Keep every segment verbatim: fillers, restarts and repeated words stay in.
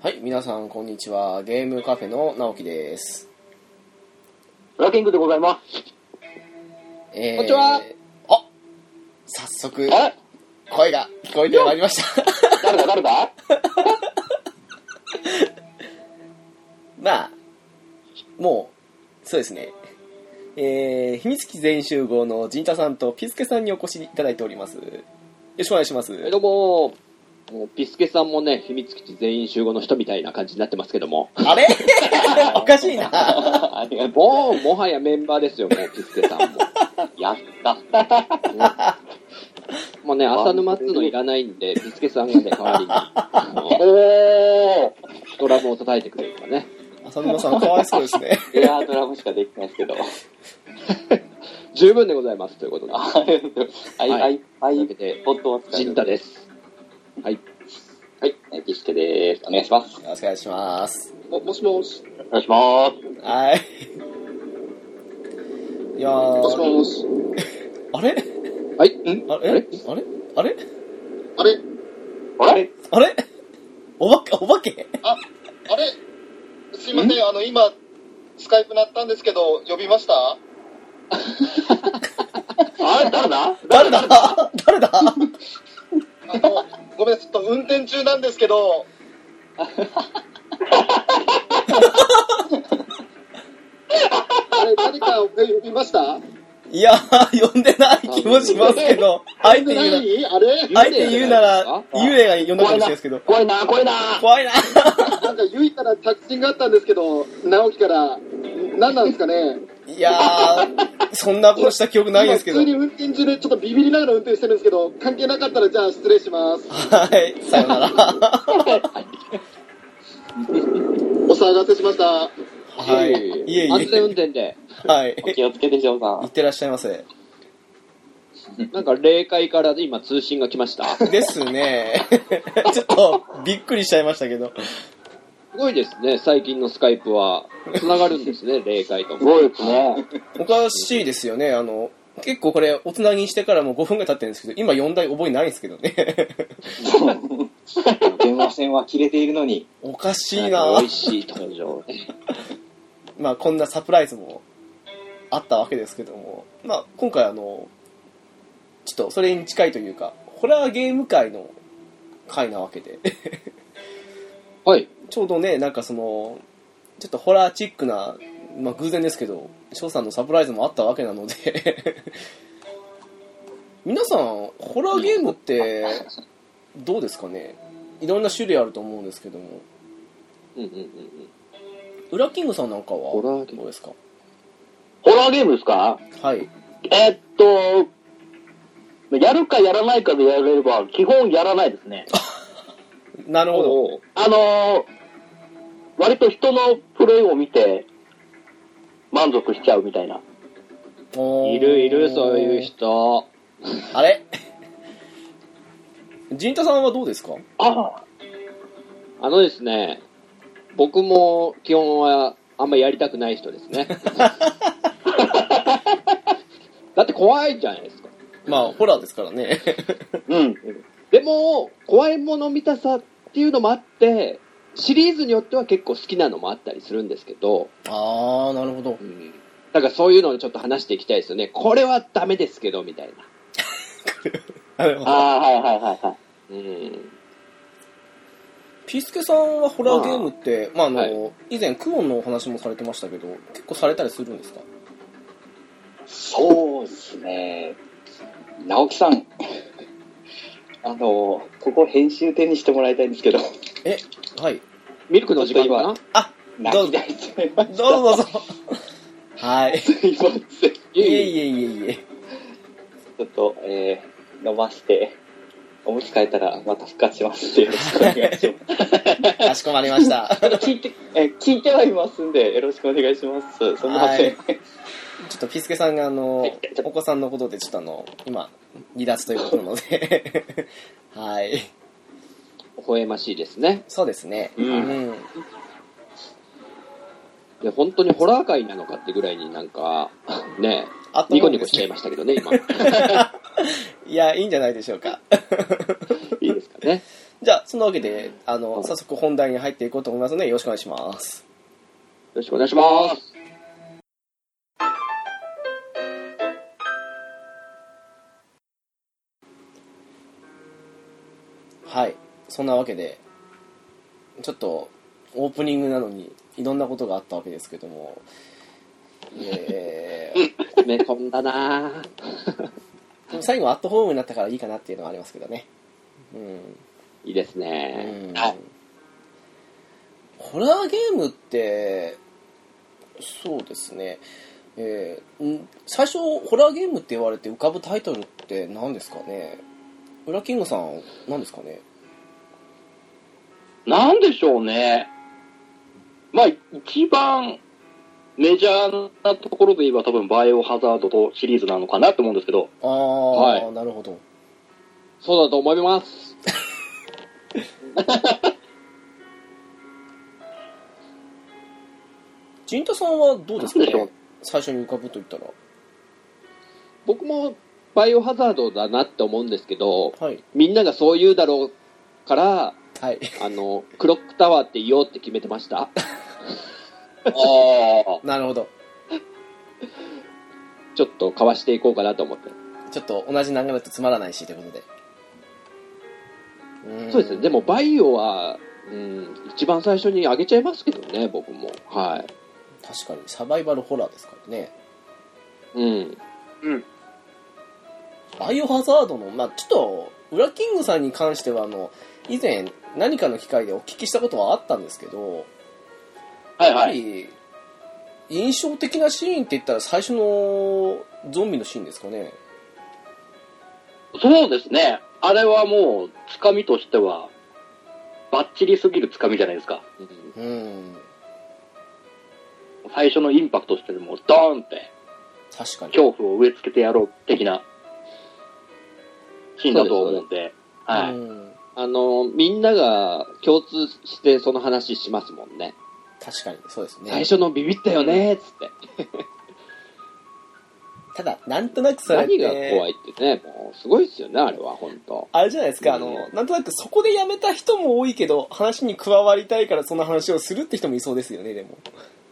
はい、皆さんこんにちは。ゲームカフェの直樹です。 ラキングでございます。 えー、 こんにちは。 あ、早速声が聞こえてまいりました。 誰だ誰だまあ、もう、そうですね。えー、秘密基全員集合の陣太さんとピスケさんにお越しいただいております。よろしくお願いします。 はい、どうも。もうピスケさんもね、秘密基地全員集合の人みたいな感じになってますけども。 あれおかしいな。 もう、もはやメンバーですよ、もうピスケさんも。 やった。 もうね、浅沼っつうのいらないんで、ピスケさんがね、代わりに、あの、 おードラムを叩いてくれるからね。 浅沼さんかわいそうですね。 エアードラムしかできないですけど。 十分でございます、ということで。 ありがとうございます。はい、はい、はい、 というわけで、 ポットを使ジンタです。はい。 はい、ピスケでーす。お願いします。 よろしくお願いします。 も、もしもし。 お願いします。はい。いやー。 もしもし。 あれはい。 んあれあれあれあれあれあれあれお化けお化けあ、あれすいません、あの、今、スカイプ鳴ったんですけど、呼びましたあれ誰だ誰だ誰だあの、ごめん、ちょっと運転中なんですけど、あれ、誰か呼びました？ いやー、呼んでない気もしますけど、あえて言うな、 あれあえて言うなら、幽霊が呼んだかもしれないですけど。 怖いな、怖いな。 怖いな。 なんか、ゆいから着信があったんですけど、直樹から、何なんですかね？ いやー、そんなことした記憶ないですけど。 普通に運転中でちょっとビビりながら運転してるんですけど、関係なかったらじゃあ失礼します。 はい、さよなら。 お騒がせしました。 はい。いえいえ。 安全運転で。 はい。 お気をつけて、ジョーさん。 いってらっしゃいませ。 なんか霊界から今通信が来ました。 ですね。ちょっとびっくりしちゃいましたけど。 すごいですね、最近のスカイプは。繋がるんですね、霊界とも。 すごいですね。 おかしいですよね。あの、結構これおつなぎしてからもうごふんぐらい経ってるんですけど、今よんだい覚えないんですけどね。 電話線は切れているのに。 おかしいな。 美味しい登場。 まあこんなサプライズもあったわけですけども、まあ今回あの、ちょっとそれに近いというか、ホラーゲーム界の回なわけで。 はい。 ちょうどね、なんかその、ちょっとホラーチックな、まあ偶然ですけど、翔さんのサプライズもあったわけなので、皆さん、ホラーゲームってどうですかね？いろんな種類あると思うんですけども。 うんうんうんうん。 ウラキングさんなんかはホラーゲームどうですか？ ホラーゲームですか？ はい。 えー、っと、やるかやらないかでやれれば、基本やらないですね。 なるほど。 あのー、割と人のプレイを見て、満足しちゃうみたいな。 いるいる、そういう人。 あれ陣太さんはどうですか？ ああ。 あのですね、僕も基本はあんまやりたくない人ですね。だって怖いじゃないですか。 まあ、ホラーですからね。 うん。 でも、怖いもの見たさっていうのもあって、シリーズによっては結構好きなのもあったりするんですけど。 あー、なるほど。 うん、だからそういうのをちょっと話していきたいですよね。これはダメですけど、みたいな。 ああ、はいはいはいはい。 うん。 ピースケさんはホラーゲームって、まあ、まあ、あの、 はい、 以前クオンのお話もされてましたけど、結構されたりするんですか？ そうですね。直樹さん、あの、ここ編集点にしてもらいたいんですけど。 え、はい。 ミルクの時間かな？ あ、 泣き出しちゃいました。 どうぞどうぞ。はい。 すいません。 いえいえいえいえ。 ちょっと、えー、飲まして、おむつ替えたらまた復活しますんで、よろしくお願いします。 かしこまりました。 聞いて、えー、聞いてはいますんで、よろしくお願いします。すみません。 ちょっとピスケさんがあの、はい、お子さんのことでちょっとあの、今、離脱ということなので、はい。 微笑ましいですね。 そうですね。 うん。うん、で本当にホラー界なのかってぐらいになんか、ね、ニコニコしちゃいましたけどね、今。 いや、いいんじゃないでしょうか。 いいですかね。 じゃあ、そんなわけで、あの、早速本題に入っていこうと思いますので、よろしくお願いします。 よろしくお願いします。 はい。そんなわけで、ちょっと、オープニングなのに、いろんなことがあったわけですけども、えー、 詰め込んだなぁ。 でも最後アットホームになったからいいかなっていうのはありますけどね。うん。 いいですね。 うん。ホラーゲームって、そうですね。えー、最初、ホラーゲームって言われて浮かぶタイトルって何ですかね。ウラキングさん、何ですかね。 なんでしょうね。まあ、一番メジャーなところで言えば多分バイオハザードとシリーズなのかなと思うんですけど。 ああ、はい、なるほど。 そうだと思います。 ジンタさんはどうですかね。最初に浮かぶと言ったら。 僕もバイオハザードだなって思うんですけど、 はい、 みんながそう言うだろうから、 はい、 あのクロックタワーって言おうって決めてました。 ああ、 なるほど。 ちょっとかわしていこうかなと思って。 ちょっと同じ流れだとつまらないしということで。 うん、そうですね。でもバイオは、うん、一番最初に上げちゃいますけどね、僕も。はい。 確かにサバイバルホラーですからね。 うん。 うん。 バイオハザードの、まあちょっとウラキングさんに関してはあの以前何かの機会でお聞きしたことはあったんですけど、 はいはい。 やっぱり印象的なシーンって言ったら最初のゾンビのシーンですかね。 そうですね。あれはもうつかみとしてはバッチリすぎるつかみじゃないですか。 うん。 最初のインパクトとしてもうドーンって確かに恐怖を植え付けてやろう的なシーンだと思うんで、はい。うん、 あのみんなが共通してその話しますもんね。 確かにそうですね。 最初のビビったよねーっつってただなんとなくそれって何が怖いってね、もうすごいですよね、あれは本当。 あれじゃないですか、あのなんとなくそこでやめた人も多いけど話に加わりたいからその話をするって人もいそうですよね。でも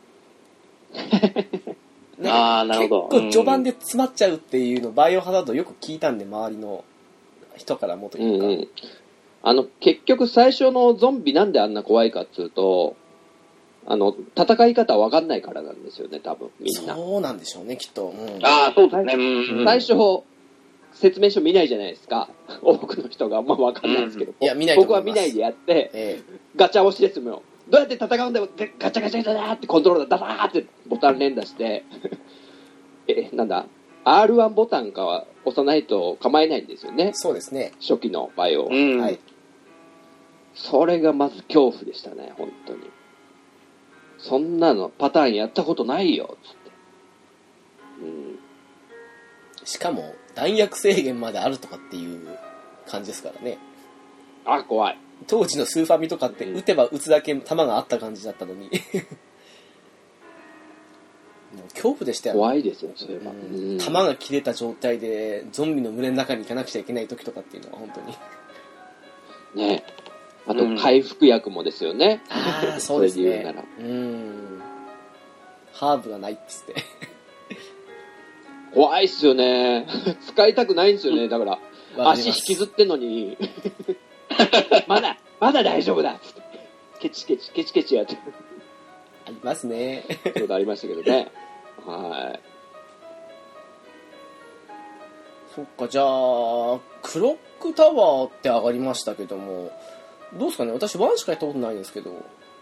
ああ、なるほど。 結構序盤で詰まっちゃうっていうの、バイオハザードよく聞いたんで、周りの人からもというか、 うんうん、あの結局最初のゾンビなんであんな怖いかっつうと、あの戦い方わかんないからなんですよね、多分みんな。 そうなんでしょうね、きっと。うん、 ああ、そうですね。うん、 最初説明書見ないじゃないですか、多くの人が。まあわかんないですけど、うん、 いや見ないと思います。 僕は見ないでやって、 ええ、 ガチャ押しですよ。どうやって戦うんだよ、でガチャガチャガチャってコントローラーダダーってボタン連打してえなんだ アールワン ボタンかは押さないと構えないんですよね。 そうですね、 初期のバイオ、 うん、 はい。それがまず恐怖でしたね、本当に。そんなのパターンやったことないよつって、うん、 しかも弾薬制限まであるとかっていう感じですからね。 あ、怖い。 当時のスーファミとかって撃てば撃つだけ弾があった感じだったのにもう恐怖でしたよね。 怖いですよ、それは。うん、 弾が切れた状態でゾンビの群れの中に行かなくちゃいけない時とかっていうのは本当にね。あと回復薬もですよね、 うん、ああそうですね。それで言うなら、うん、ハーブがないっつって怖いっすよね。使いたくないんですよね。だから足引きずってんのにまだまだ大丈夫だっつってケチケチケチケチやってありますね。 そういうのありましたけどね。はい。 そっか、じゃあクロックタワーって上がりましたけども、どうですかね。私ワンしかやったことないんですけど。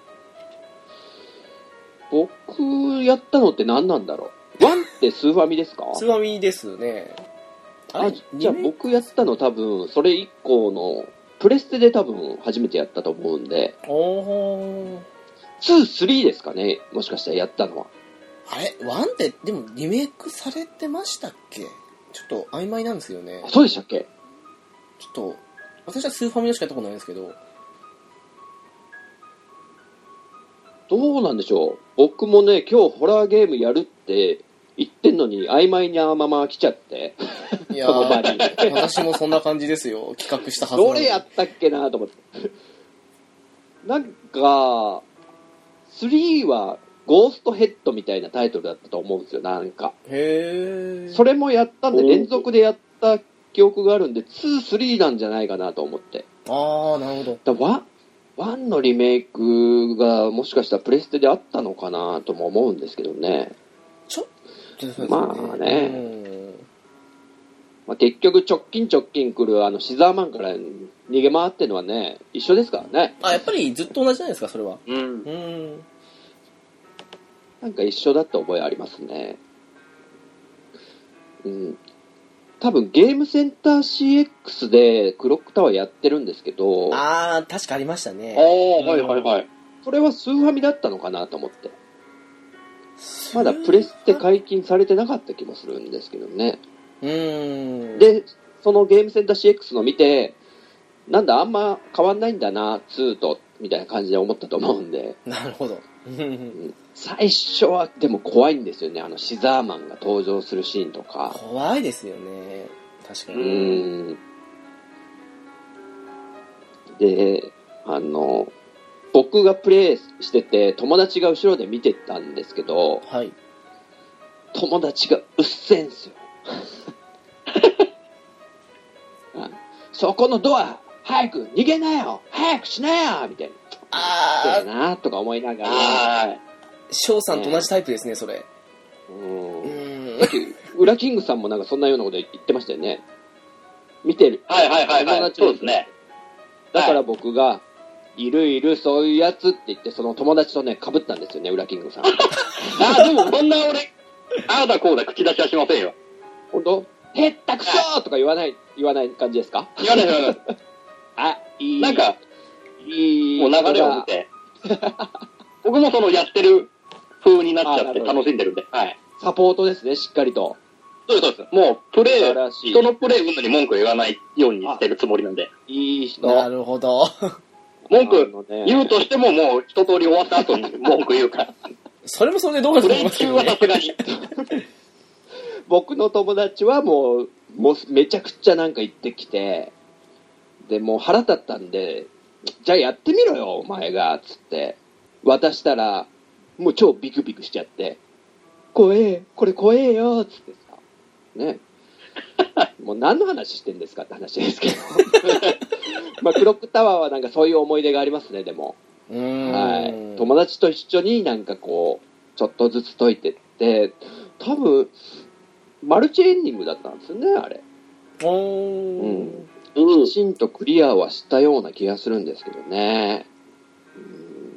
僕やったのって何なんだろう。ワンってスーファミですか？ スーファミですね。 あ、じゃあ僕やったの多分それ以降のプレステで多分初めてやったと思うんで。 おー。 ツー、スリーですかね、もしかしたらやったのは。 あれワンってでもリメイクされてましたっけ？ちょっと曖昧なんですよね。 あ、そうでしたっけ？ ちょっと私はスーファミのしかやったことないんですけど。 どうなんでしょう。僕もね、今日ホラーゲームやるって言ってんのに曖昧にあのまま来ちゃって。 いやその場にー、私もそんな感じですよ。企画したはずなのにどれやったっけなと思って。なんか、スリーはゴーストヘッドみたいなタイトルだったと思うんですよ、なんか。 へー。 それもやったんで、 おー連続でやった記憶があるんで、ツー、スリーなんじゃないかなと思って。 あー、なるほど。 だワン、ワンのリメイクがもしかしたらプレステであったのかなとも思うんですけどね。 ちょっとですね。 まあねうんまあ、結局直近直近来るあのシザーマンから逃げ回ってるのはね、一緒ですからね。 あ、やっぱりずっと同じじゃないですか、それは。 うん。 うん。 なんか一緒だった覚えありますね。うん。多分ゲームセンター シーエックス でクロックタワーやってるんですけど、 あー、確かありましたあね。 あ、はいはいはい。 それはスーファミだったのかなと思って。まだプレステ解禁されてなかった気もするんですけどね。 うーん。、 で、そのゲームセンター シーエックス の見て、なんだあんま変わんないんだな、ツーと、みたいな感じで思ったと思うんで、 なるほど。 最初はでも怖いんですよね、あのシザーマンが登場するシーンとか。 怖いですよね。確かうに。 ーん。で、あの、僕がプレイしてて、友達が後ろで見てたんですけど、 はい。 友達がうっせんすよ。あそこのドア、早く逃げなよ早くしなよみたいな。 あそうだなとか思いながら。 はい。 翔さんと同じタイプですね、それ。 う。 うんん。 ウラキングさんもなんかそんなようなこと言ってましたよね。見てる。 はいはいはいはい。 友達そうですね。 だから僕が、いるいるそういうやつって言って、その友達とね、被ったんですよね、ウラキングさん。 ああ、でもそんな俺、ああだこうだ口出しはしませんよ。 本当？へったくそーとか言わない、言わない感じですか？ 言わない言わない。 あ、いい。 なんか、 いい。 もう流れを見て、僕もそのやってる風になっちゃってあなるほど楽しんでるんで。はい。 サポートですね、しっかりと。 そうですそうです。もう、プレイ、 素晴らしい人のプレイ云々に文句を言わないようにしてるつもりなんで。 いい人。 なるほど。 文句あのね言うとしてももう一通り終わった後に文句言うから。 それもそれでどうかとプ思いレイ中はますけどね。 さすがに。 僕の友達はもう、もうめちゃくちゃなんか言ってきて、で、もう腹立ったんで、じゃあやってみろよ、お前が、つって、渡したら、もう超ビクビクしちゃって、怖え、これ怖えよ、つってさ、ね。もう何の話してんですかって話ですけど。まあ、クロックタワーはなんかそういう思い出がありますね、でも。 うーん。 はい。友達と一緒になんかこう、ちょっとずつ解いてって、多分、マルチエンディングだったんですよね、あれ。 おー。 うんうんき。ちんとクリアはしたような気がするんですけどね。うん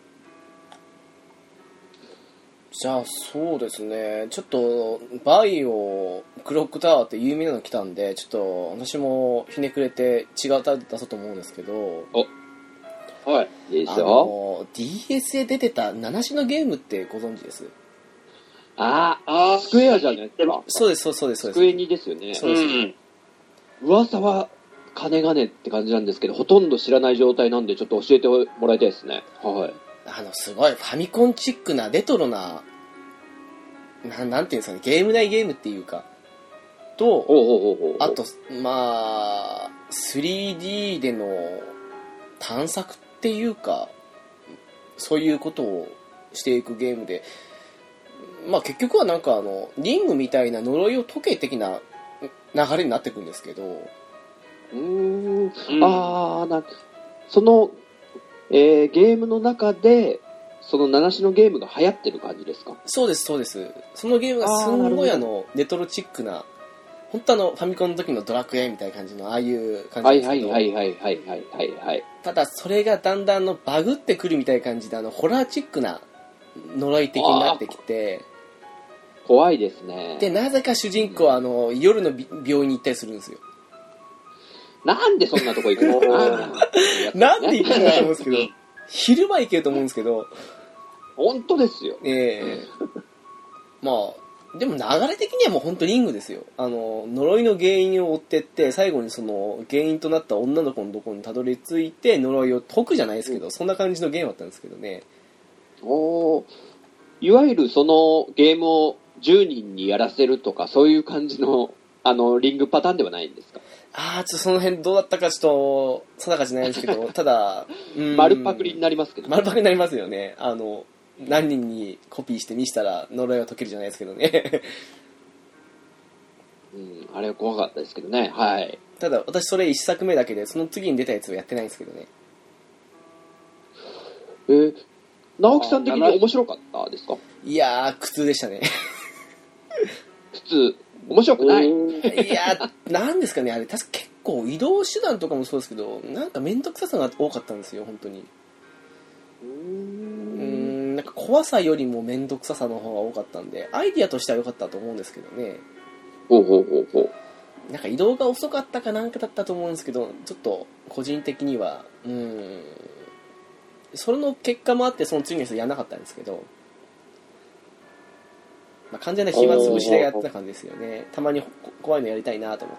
じゃあ、そうですね。ちょっと、バイオ、クロックタワーって有名なの来たんで、ちょっと、私もひねくれて違うタイトル出そうと思うんですけど、 はい。 いいであすよ。 の、ディーエス で出てたなな種のゲームってご存知です？ あああ、スクエアじゃないですか。 そうです、そうです、そうです。 スクエニですよね。 そうですん。 噂は金がねって感じなんですけど、ほとんど知らない状態なんで、ちょっと教えてもらいたいですね。はい。 あの、すごいファミコンチックなレトロな、ななんていうんですかね、ゲーム内ゲームっていうか、と、 おうおうおうおうあと、まあ、スリーディー での探索っていうか、そういうことをしていくゲームで、まあ結局はなんかあの、リングみたいな呪いを解け的な流れになっていくんですけど、 うーん。 うんああ、なんその、えー、ゲームの中で、その七種のゲームが流行ってる感じですか？ そうです、そうです。そのゲームがすんごいああーなるの、レトロチックな、本当あの、ファミコンの時のドラクエみたいな感じの、ああいう感はいじなんですけど、 はいはいはいはいはいはいはい。 ただそれがだんだんあのバグってくるみたいな感じで、あの、ホラーチックな呪い的になってきて、 怖いですね。 で、なぜか主人公はあの、夜のび病院に行ったりするんですよ。 なんでそんなとこ行くのかななんで行くんだと思うんですけど、昼間行けると思うんですけど、 本当ですよ。 ええまあ、でも流れ的にはもう本当リングですよ。あの、呪いの原因を追ってって、最後にその原因となった女の子のところにたどり着いて呪いを解くじゃないですけど、そんな感じのゲームだったんですけどね。 おーいわゆるそのゲームをじゅうにんにやらせるとか、そういう感じの、あの、リングパターンではないんですか？ ああ、ちょっとその辺どうだったかちょっと定かじゃないですけど、ただ、うん、 丸パクリになりますけど、ね、 丸パクリになりますよね。あの、何人にコピーして見せたら呪いは解けるじゃないですけどね。 うん、あれは怖かったですけどね。はい。 ただ、私それ一作目だけで、その次に出たやつはやってないんですけどね。 えー、直樹さん的に面白かったですか？ いやー、苦痛でしたね。 普通、面白くない。 いやー、なんですかね、あれ、確か結構移動手段とかもそうですけど、なんかめんどくささが多かったんですよ、本当に。うーん、なんか怖さよりもめんどくささの方が多かったんで、アイディアとしては良かったと思うんですけどね。 ほうほうほうほう。 なんか移動が遅かったかなんかだったと思うんですけど、ちょっと個人的には、うーん、それの結果もあってその次の人やらなかったんですけど、まあ、完全な暇つぶしでやってた感じですよね。たまに怖いのやりたいなと思って。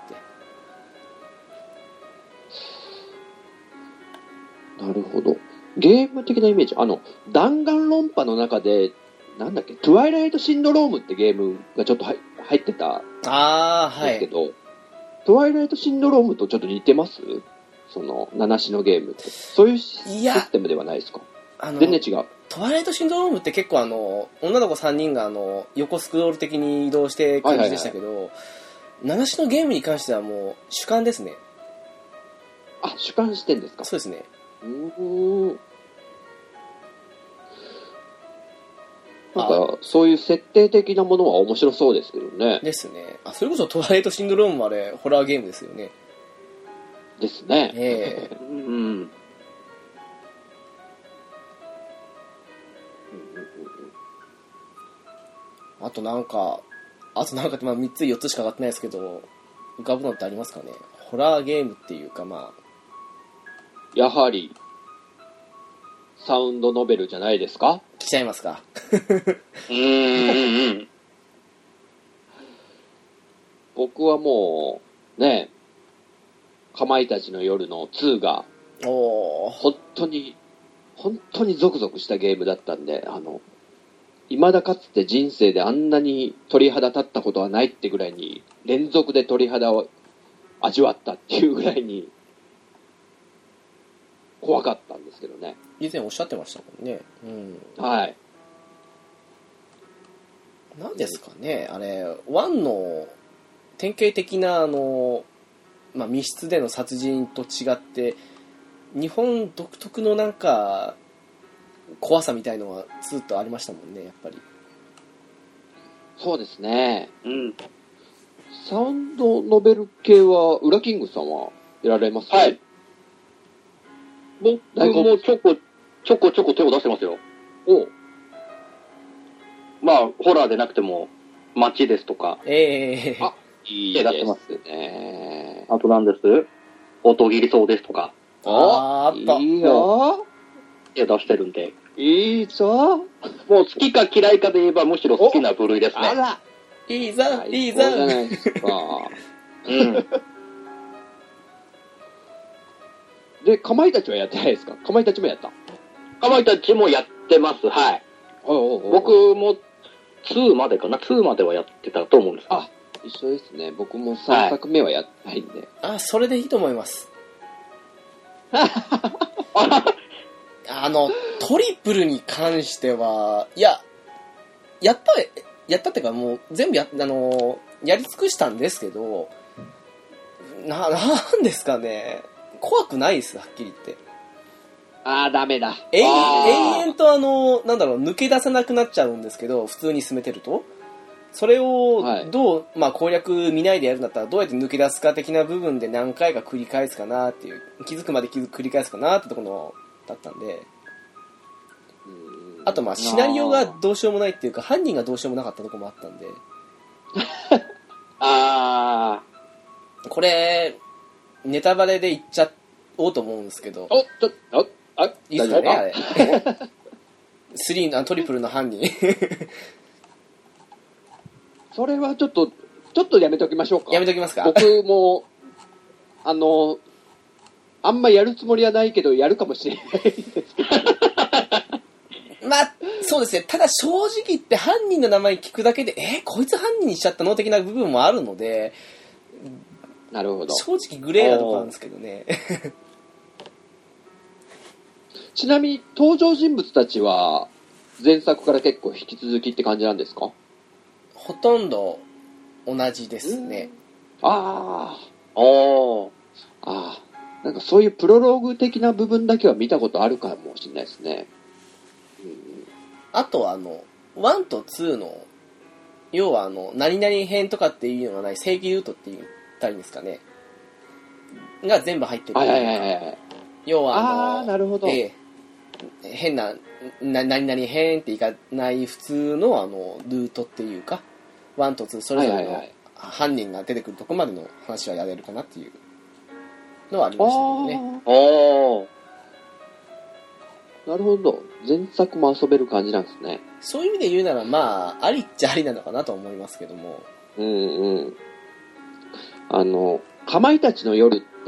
なるほど。ゲーム的なイメージ、あの、弾丸論破の中で、なんだっけ、トゥワイライトシンドロームってゲームがちょっと入ってたんあー、はい。 ですけど、トゥワイライトシンドロームとちょっと似てます？その、七種のゲームって。そういうシステムではないですか？ あの全然違う。 トワイライトシンドロームって結構あの、女の子さんにんがあの、横スクロール的に移動して感じでしたけど、はいはいはい、七種のゲームに関してはもう主観ですね。 あ、主観視点ですか？ そうですね。 うーん。なんか、そういう設定的なものは面白そうですけどね。 ですね。あ、それこそトワイライトシンドロームもあれ、ホラーゲームですよね。 ですね。 ええうん。 あとなんか、あとなんかってまあみっつよっつしか上がってないですけど、浮かぶのってありますかね？ホラーゲームっていうかまあ。 やはり、サウンドノベルじゃないですか？ 来ちゃいますか？ うーん。 僕はもう、ね、かまいたちの夜のにが、 おー。 本当に、本当にゾクゾクしたゲームだったんで、あの、未だかつて人生であんなに鳥肌立ったことはないってぐらいに、連続で鳥肌を味わったっていうぐらいに、怖かったんですけどね。 以前おっしゃってましたもんね。うん。 はい。 なんですかね、あれ、ワンの典型的なあの、まあ、密室での殺人と違って、日本独特のなんか、怖さみたいのはずっとありましたもんね、やっぱり。 そうですね。 うん。 サウンドノベル系は、ウラキングさんはやられますか？ はい。僕もちょこ、ちょこちょこ手を出してますよ。 おまあ、ホラーでなくても、街ですとか。 ええー。 あ、いいですね。 あと何です？音切りそうですとか。 あー、あった。 いいよ。 手出してるんで。 いいぞ。 もう好きか嫌いかで言えばむしろ好きな部類ですね。 あら。 いいぞ、いいぞ。 じゃないですか。 うん。 で、かまいたちはやってないですか？かまいたちもやった。 かまいたちもやってます。はい。 おうおうおう、 僕もにまでかな？にまではやってたと思うんです。 あ、一緒ですね。僕もさんさくめはやってないんで。 はい、あ、それでいいと思います。あの、トリプルに関しては、いや、やった、やったっていうかもう全部や、あの、やり尽くしたんですけど、な、なんですかね。怖くないです、はっきり言って。 あー、ダメだ。 永遠、永遠とあの、なんだろう、抜け出さなくなっちゃうんですけど、普通に進めてると。それをどう、はい、まあ攻略見ないでやるんだったらどうやって抜け出すか的な部分で何回か繰り返すかなっていう、気づくまで気づく繰り返すかなってところだったんで、あとまあシナリオがどうしようもないっていうか、犯人がどうしようもなかったところもあったんで。 あー。これ、ネタバレで言っちゃおうと思うんですけど。 おっと、おあ、 いいっすかね、あれ。スリーのトリプルの犯人。 それはちょっと、ちょっとやめときましょうか。 やめときますか。 僕も、あの、あんまやるつもりはないけど、やるかもしれないですけど。 まあ、 そうですね。ただ正直言って犯人の名前聞くだけで、えー、こいつ犯人にしちゃったの的な部分もあるので、 なるほど。 正直グレーなとこなんですけどね。 ちなみに登場人物たちは前作から結構引き続きって感じなんですか？ ほとんど同じですね。 ああ。 おー。 ああ。なんかそういうプロローグ的な部分だけは見たことあるかもしれないですね。うん、 あとはあの、ワンとツーの、要はあの、何々編とかっていうのがない正規ルートって言ったらいいんですかね。が全部入ってる。 はいはいはいはい。 要はあの、 ああ、なるほど。 ええ、変な、な、何々編っていかない普通のあの、ルートっていうか、ワンとツーそれぞれの犯人が出てくるとこまでの話はやれるかなっていうのはありましたけどね。 おー。 なるほど。前作も遊べる感じなんですね。 そういう意味で言うなら、まあ、ありっちゃありなのかなと思いますけども。 うんうん。あの、かまいたちの夜って、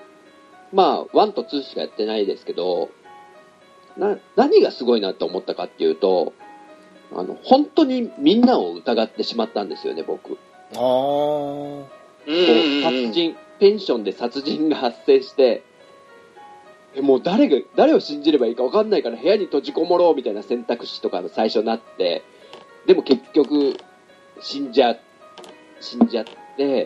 まあ、ワンとツーしかやってないですけど、な、何がすごいなと思ったかっていうと、あの、本当にみんなを疑ってしまったんですよね、僕。 あー。 こう、殺人、ペンションで殺人が発生して、えもう誰が、誰を信じればいいか分かんないから部屋に閉じこもろうみたいな選択肢とかの最初になって、でも結局、死んじゃ、死んじゃって、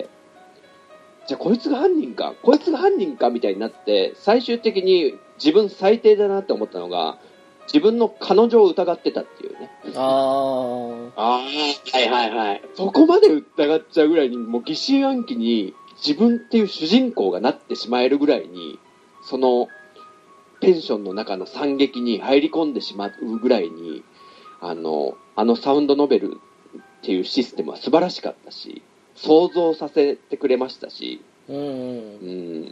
じゃあこいつが犯人か、こいつが犯人かみたいになって、最終的に自分最低だなって思ったのが、自分の彼女を疑ってたっていうね。 あー。 あー。はいはいはい。 そこまで疑っちゃうぐらいに、もう疑心暗鬼に自分っていう主人公がなってしまえるぐらいに、その、ペンションの中の惨劇に入り込んでしまうぐらいに、あの、あのサウンドノベルっていうシステムは素晴らしかったし、想像させてくれましたし、 うん、うん。 うん、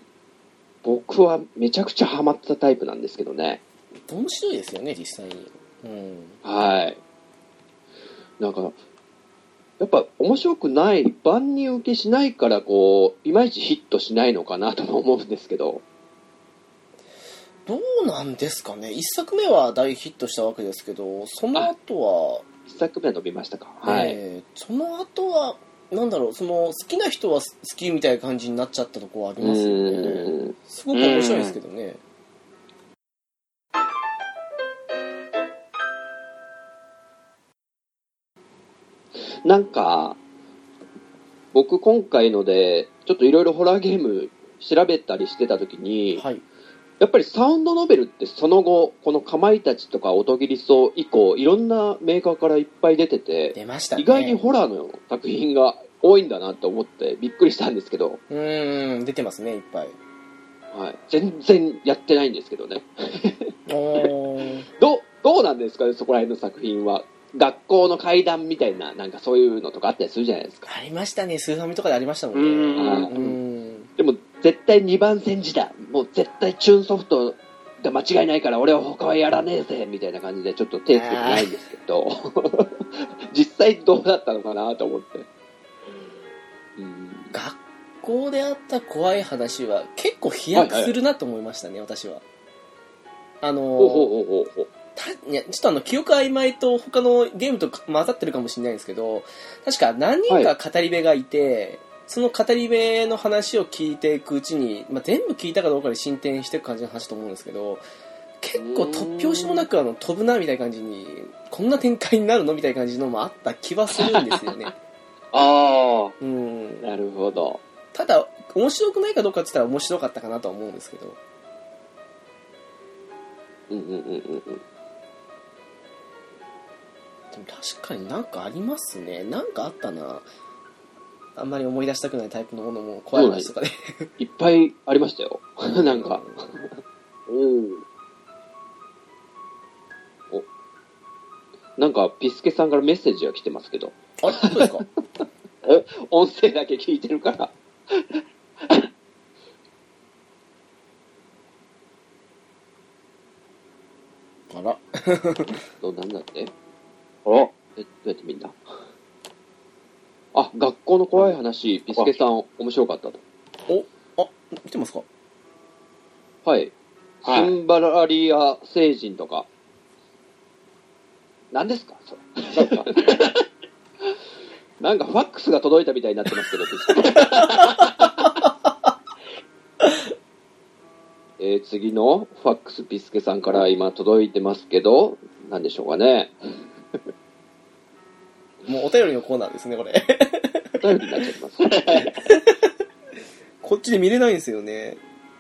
僕はめちゃくちゃハマってたタイプなんですけどね。 面白いですよね、実際に。うん。 はい。なんか、やっぱ面白くない、万人受けしないから、こう、いまいちヒットしないのかなとも思うんですけど。 どうなんですかね。一作目は大ヒットしたわけですけど、その後は、 一作目は伸びましたか。はい。 えー、その後は、なんだろう、その、好きな人は好きみたいな感じになっちゃったところはありますよね。すごく面白いですけどね。 なんか、僕今回ので、ちょっといろいろホラーゲーム調べたりしてたときに、 はい。 やっぱりサウンドノベルってその後、このかまいたちとか音切り草以降、いろんなメーカーからいっぱい出てて、 出ましたね。 意外にホラーの作品が多いんだなと思ってびっくりしたんですけど、 うーん、出てますね、いっぱい。 はい、全然やってないんですけどね。 おー。 どう、どうなんですかね、そこら辺の作品は。学校の怪談みたいな、なんかそういうのとかあったりするじゃないですか。 ありましたね、スーファミとかでありましたもんね。 うんはいうん。 でも絶対にばん戦時だ。もう絶対チューンソフトが間違いないから俺は他はやらねえぜみたいな感じでちょっと手つけてないんですけど、実際どうだったのかなと思って。うん、 学校であった怖い話は結構飛躍するなと思いましたね、はいはい、私は。あのー、 ほうほうほうほうほう。 たいやちょっとあの記憶曖昧と他のゲームと混ざってるかもしれないんですけど、確か何人か語り部がいて、はい、その語り部の話を聞いていくうちに、まあ、全部聞いたかどうかで進展していく感じの話だと思うんですけど、結構突拍子もなくあの飛ぶなみたいな感じに、こんな展開になるのみたいな感じのもあった気はするんですよね。 ああ、 うん。 なるほど。 ただ面白くないかどうかって言ったら面白かったかなとは思うんですけど。 うんうんうんうんうん。 でも確かになんかありますね。なんかあったな。あんまり思い出したくないタイプのものも怖い話とかで。 いっぱいありましたよ。なんか。おお。なんかピスケさんからメッセージが来てますけど。 あれそうですか？ 音声だけ聞いてるから。 あら。 どうなんだってあえ、どうやって見んだあ、学校の怖い話、ピスケさん面白かったと。 お、あ、見てますか？ はい。 はいスンバラリア星人とか。 何ですかそれ。なんか、なんかファックスが届いたみたいになってますけど。えー、次のファックスピスケさんから今届いてますけど、何でしょうかね。 もうお便りのコーナーですね、これ。 お便りになっちゃいます。 こっちで見れないんですよね。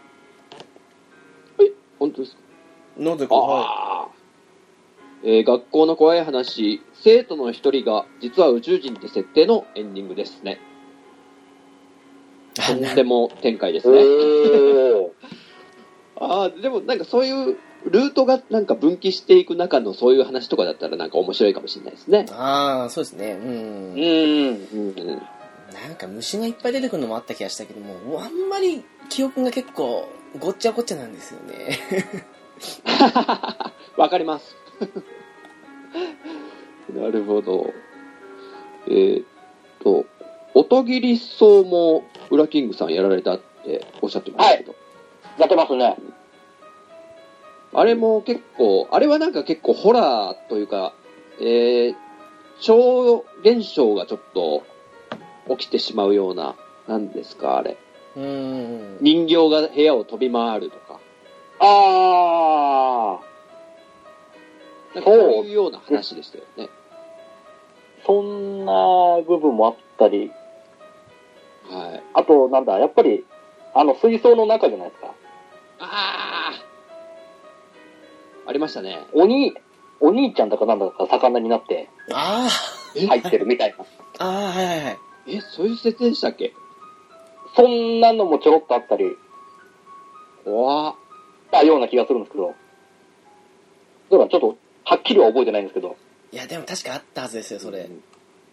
はい、本当ですか。 なぜか、はあー、えー学校の怖い話、生徒の一人が実は宇宙人って設定のエンディングですね。 い。 とんでも展開ですおね。 ー。 ああ、でもなんかそういうルートがなんか分岐していく中のそういう話とかだったらなんか面白いかもしれないですね。 ああ、そうですね。うん。 うん。 うんうん。 なんか虫がいっぱい出てくるのもあった気がしたけども、あんまり記憶が結構ごっちゃごっちゃなんですよね。 わかります。なるほど。えーっと、音切り草もウラキングさんやられたっておっしゃってましたけど。 やってますね。 あれも結構、あれはなんか結構ホラーというか、えー、超現象がちょっと起きてしまうような、なんですか、あれ。 うーん。 人形が部屋を飛び回るとか。 あー。 なんかそういうような話でしたよね。 そんな部分もあったり、 はい。 あと、なんだ、やっぱり、あの、水槽の中じゃないですか。 あーありましたね。 おに、お兄ちゃんだかなんだか魚になってあ入ってるみたいな。 あ、ああ、はいはいはい。 え、そういう設定でしたっけ？ そんなのもちょろっとあったり、 怖っ。 たような気がするんですけど。だからちょっと、はっきりは覚えてないんですけど。 いや、でも確かあったはずですよ、それ。 うん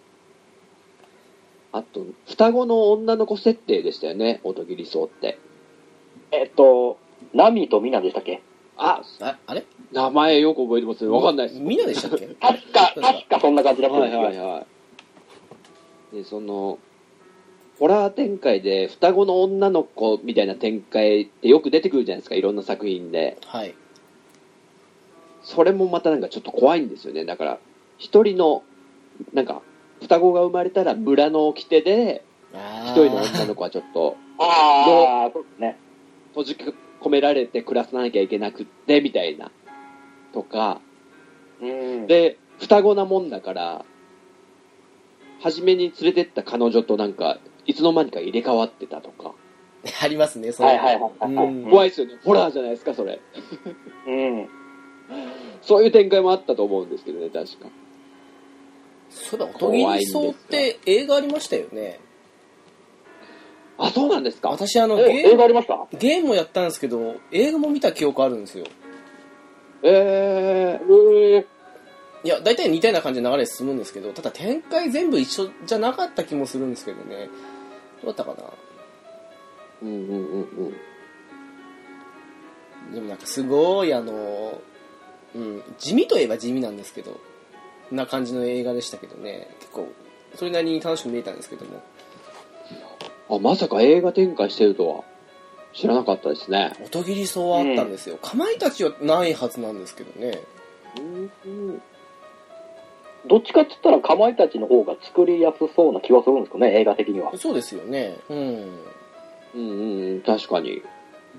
あと、双子の女の子設定でしたよね、音切り草って。 えっと、ナミとミナでしたっけ？ あ、 あ、あれ名前よく覚えてますね。わかんないです。 みんなでしたっけ？ 確か、確かそんな感じだったんはいですよ。 はいはい。で、その、ホラー展開で双子の女の子みたいな展開ってよく出てくるじゃないですか、いろんな作品で。 はい。 それもまたなんかちょっと怖いんですよね。だから、一人の、なんか、双子が生まれたら村の掟で、 あ一人の女の子はちょっとああ、そうですね。 閉じ込められて暮らさなきゃいけなくって、みたいな。とか、 うん。 で、双子なもんだから、初めに連れてった彼女となんか、いつの間にか入れ替わってたとか。 ありますね、それ。 はいはいはいはいはいうん怖いですよね。ホラーじゃないですか、それ。 うん。 そういう展開もあったと思うんですけどね、確か。 そういえば、音切り草って映画ありましたよね。 あ、そうなんですか。 私、あの、 え、映ゲーム、 画ありました？ ゲームもやったんですけど、映画も見た記憶あるんですよ。 ええいや、大体似たような感じの流れで進むんですけど、ただ展開全部一緒じゃなかった気もするんですけどね。どうだったかな。 ー。うんうんうんうん。 でもなんかすごい、あの、うん、地味といえば地味なんですけど、な感じの映画でしたけどね。結構、それなりに楽しく見えたんですけども。 あ、まさか映画展開してるとは知らなかったですね。 音切り草はあったんですよ。かまいたちはないはずなんですけどね。 うんうんどっちかって言ったら、かまいたちの方が作りやすそうな気はするんですかね、映画的には。 そうですよね。うん。 うんうんうん、確かに。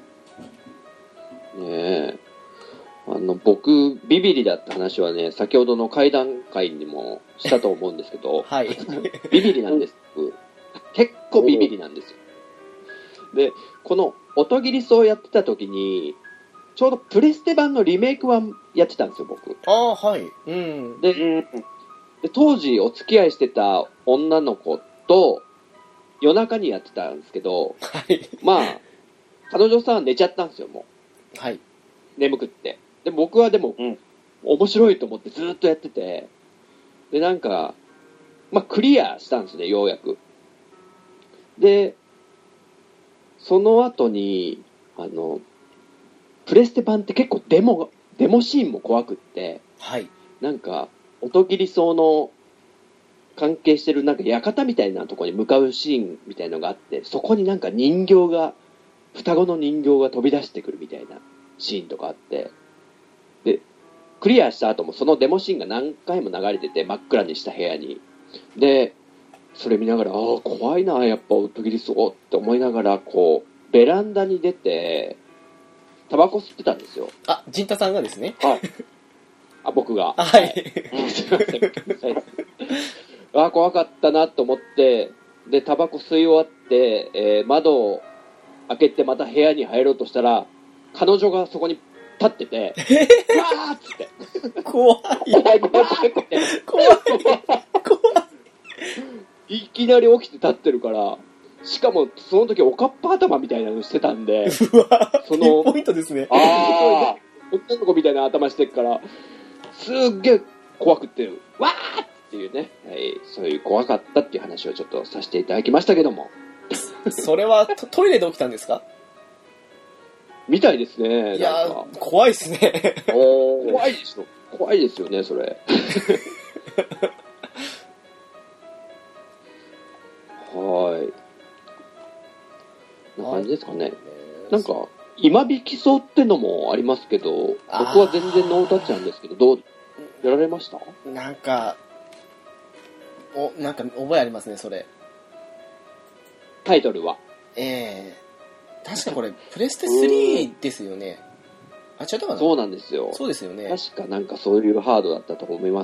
ねえ。あの、僕、ビビリだった話はね、先ほどの会談会にもしたと思うんですけど、 はい。 ビビリなんです。僕結構ビビリなんですよ。で、この音切り草をやってた時に、ちょうどプレステ版のリメイク版やってたんですよ、僕。 ああ、はい。うん。 で、 うん。 で当時お付き合いしてた女の子と夜中にやってたんですけど、 はい。 まあ、彼女さんは寝ちゃったんですよ、もはい。 う。眠くって。で、僕はでも、 うん面白いと思ってずーっとやってて、で、なんか、まあ、クリアしたんですね、ようやく。で、その後に、あの、プレステ版って結構デモが、デモシーンも怖くって、 はい。 なんか、音切り草の関係してるなんか館みたいなところに向かうシーンみたいのがあって、そこになんか人形が、双子の人形が飛び出してくるみたいなシーンとかあって、で、 クリアした後もそのデモシーンが何回も流れてて、真っ暗にした部屋に。で、それ見ながら、ああ、怖いな、やっぱ音切りそうって思いながら、こう、ベランダに出て、タバコ吸ってたんですよ。 あ、陣太さんがですね。 はい。あ、僕が。 はい。 すいません。はいああ、怖かったなと思って、で、タバコ吸い終わって、えー窓を開けてまた部屋に入ろうとしたら、彼女がそこに立ってて、わーっつって。 怖い。 怖い怖い怖い怖い。 怖い。怖い。 いきなり起きて立ってるから、しかもその時おかっぱ頭みたいなのしてたんで、 うわそのピンポイントですね。 あ女の子みたいな頭してるから、すっげえ怖くって、わーっていうね、はい、そういう怖かったっていう話をちょっとさせていただきましたけども。 それはトトイレで起きたんですか？ みたいですね。 いやなんかー、怖いですね。 ー。おー。 怖いでしょ。怖いですよね、それ。はーい。こんな感じですかね。なんか、今引きそうってのもありますけど、僕は全然ノータッチなんですけど、どう、やられました？ なんか、お、なんか覚えありますね、それ。 タイトルは。 ええー、確かこれ、プレステスリーですよね。あ、違ったかな？ そうなんですよ。 そうですよね。 確かなんかそういうハードだったと思います。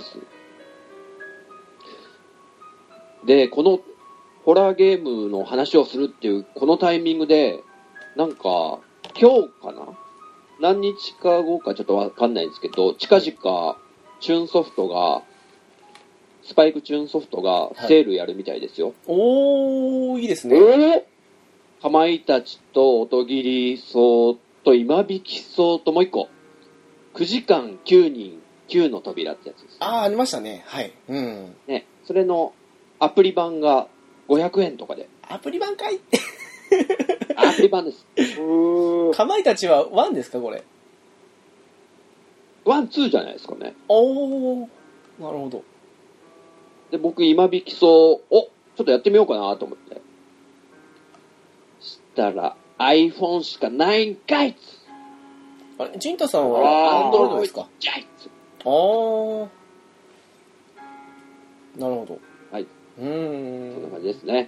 で、このホラーゲームの話をするっていうこのタイミングで、なんか今日かな？何日か後かちょっとわかんないんですけど、近々チューンソフトが、スパイクチューンソフトがセールやるみたいですよ。 おー、いいですね。 えかまいたちと音切りそうと今引きそうともう一個。くじかんきゅうにんきゅうの扉ってやつです。 あー、ありましたね。はい。うん。 ね、それのアプリ版がごひゃくえんとかで。 アプリ版かい？ アプリ版です。 ー。 かまいたちはワンですか、これ？ ワン、ツーじゃないですかね。 おー、なるほど。 で、僕今引きそう、お、ちょっとやってみようかなと思って。したら iPhone しかないんかいっつ。 あれ、ジンタさんはアンドロイドですか？ じゃいっつ。 あー、なるほど。 はい。 うそんなーん。 感じですね。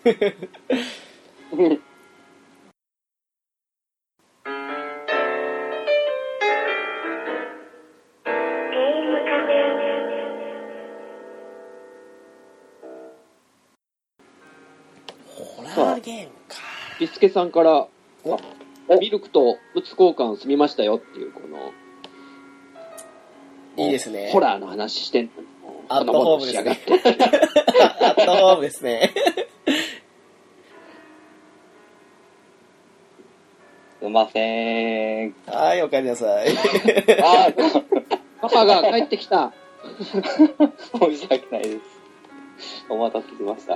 ホラーゲームか。 ピスケさんから、 おミルクと物交換済みましたよっていう、この、 いいですね。 ホラーの話してんのにアットホームですね。 こんなものしやがってアットホームですね。 すいません。 はい、お帰りなさい。 あパパが帰ってきた。 ー、申し訳ないです。お待たせしました。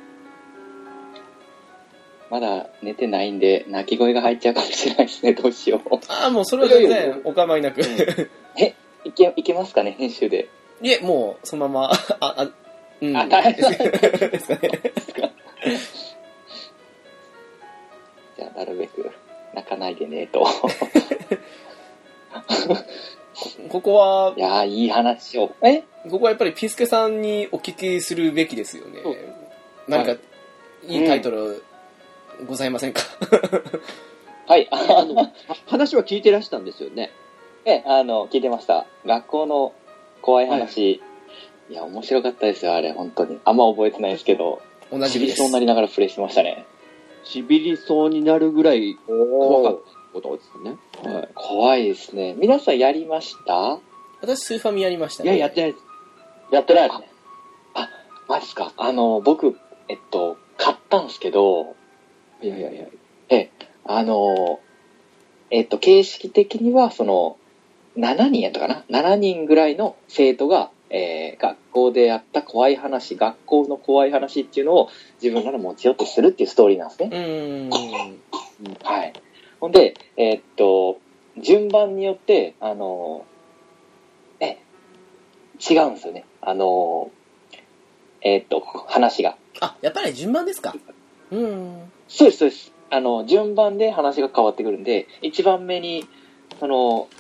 まだ寝てないんで、泣き声が入っちゃうかもしれないですね。どうしよう。 ああ、もうそれは全然お構いなく。 え、いけ、いけますかね、編集で。 いえ、もう、そのまま、あ、あ、うん。 あ大丈夫ですかね。 じゃあ、なるべく泣かないでね、と。 ここは、 いやー、いい話を。えここはやっぱりピスケさんにお聞きするべきですよねそう。 何か、 はいいいタイトル、ございませんか？ はい、 ああの、話は聞いてらしたんですよね。 え、あの、聞いてました。学校の怖い話。いや、面白かったですよ、あれ、本当に。あんま覚えてないですけど、 同じですしびりそうになりながらプレイしてましたね。 しびりそうになるぐらい怖かったことですね。は怖いですね。皆さんやりました？ 私、スーファミやりましたい。いね。 や、やってないです。 やってないですね。 あ、マジっすか。あの、僕、えっと、買ったんですけど、 いやいやいや。 え、あの、えっと、形式的には、その、しちにんやったかな ?しち 人ぐらいの生徒が、えー、学校でやった怖い話、学校の怖い話っていうのを自分から持ち寄ってするっていうストーリーなんですね。 うーん。 はい。ほんで、えーっと、順番によって、あの、え、違うんですよね。あの、えーっと、話が。 あ、やっぱり順番ですか？うーん。 そうです、そうです。あの、順番で話が変わってくるんで、一番目に、その、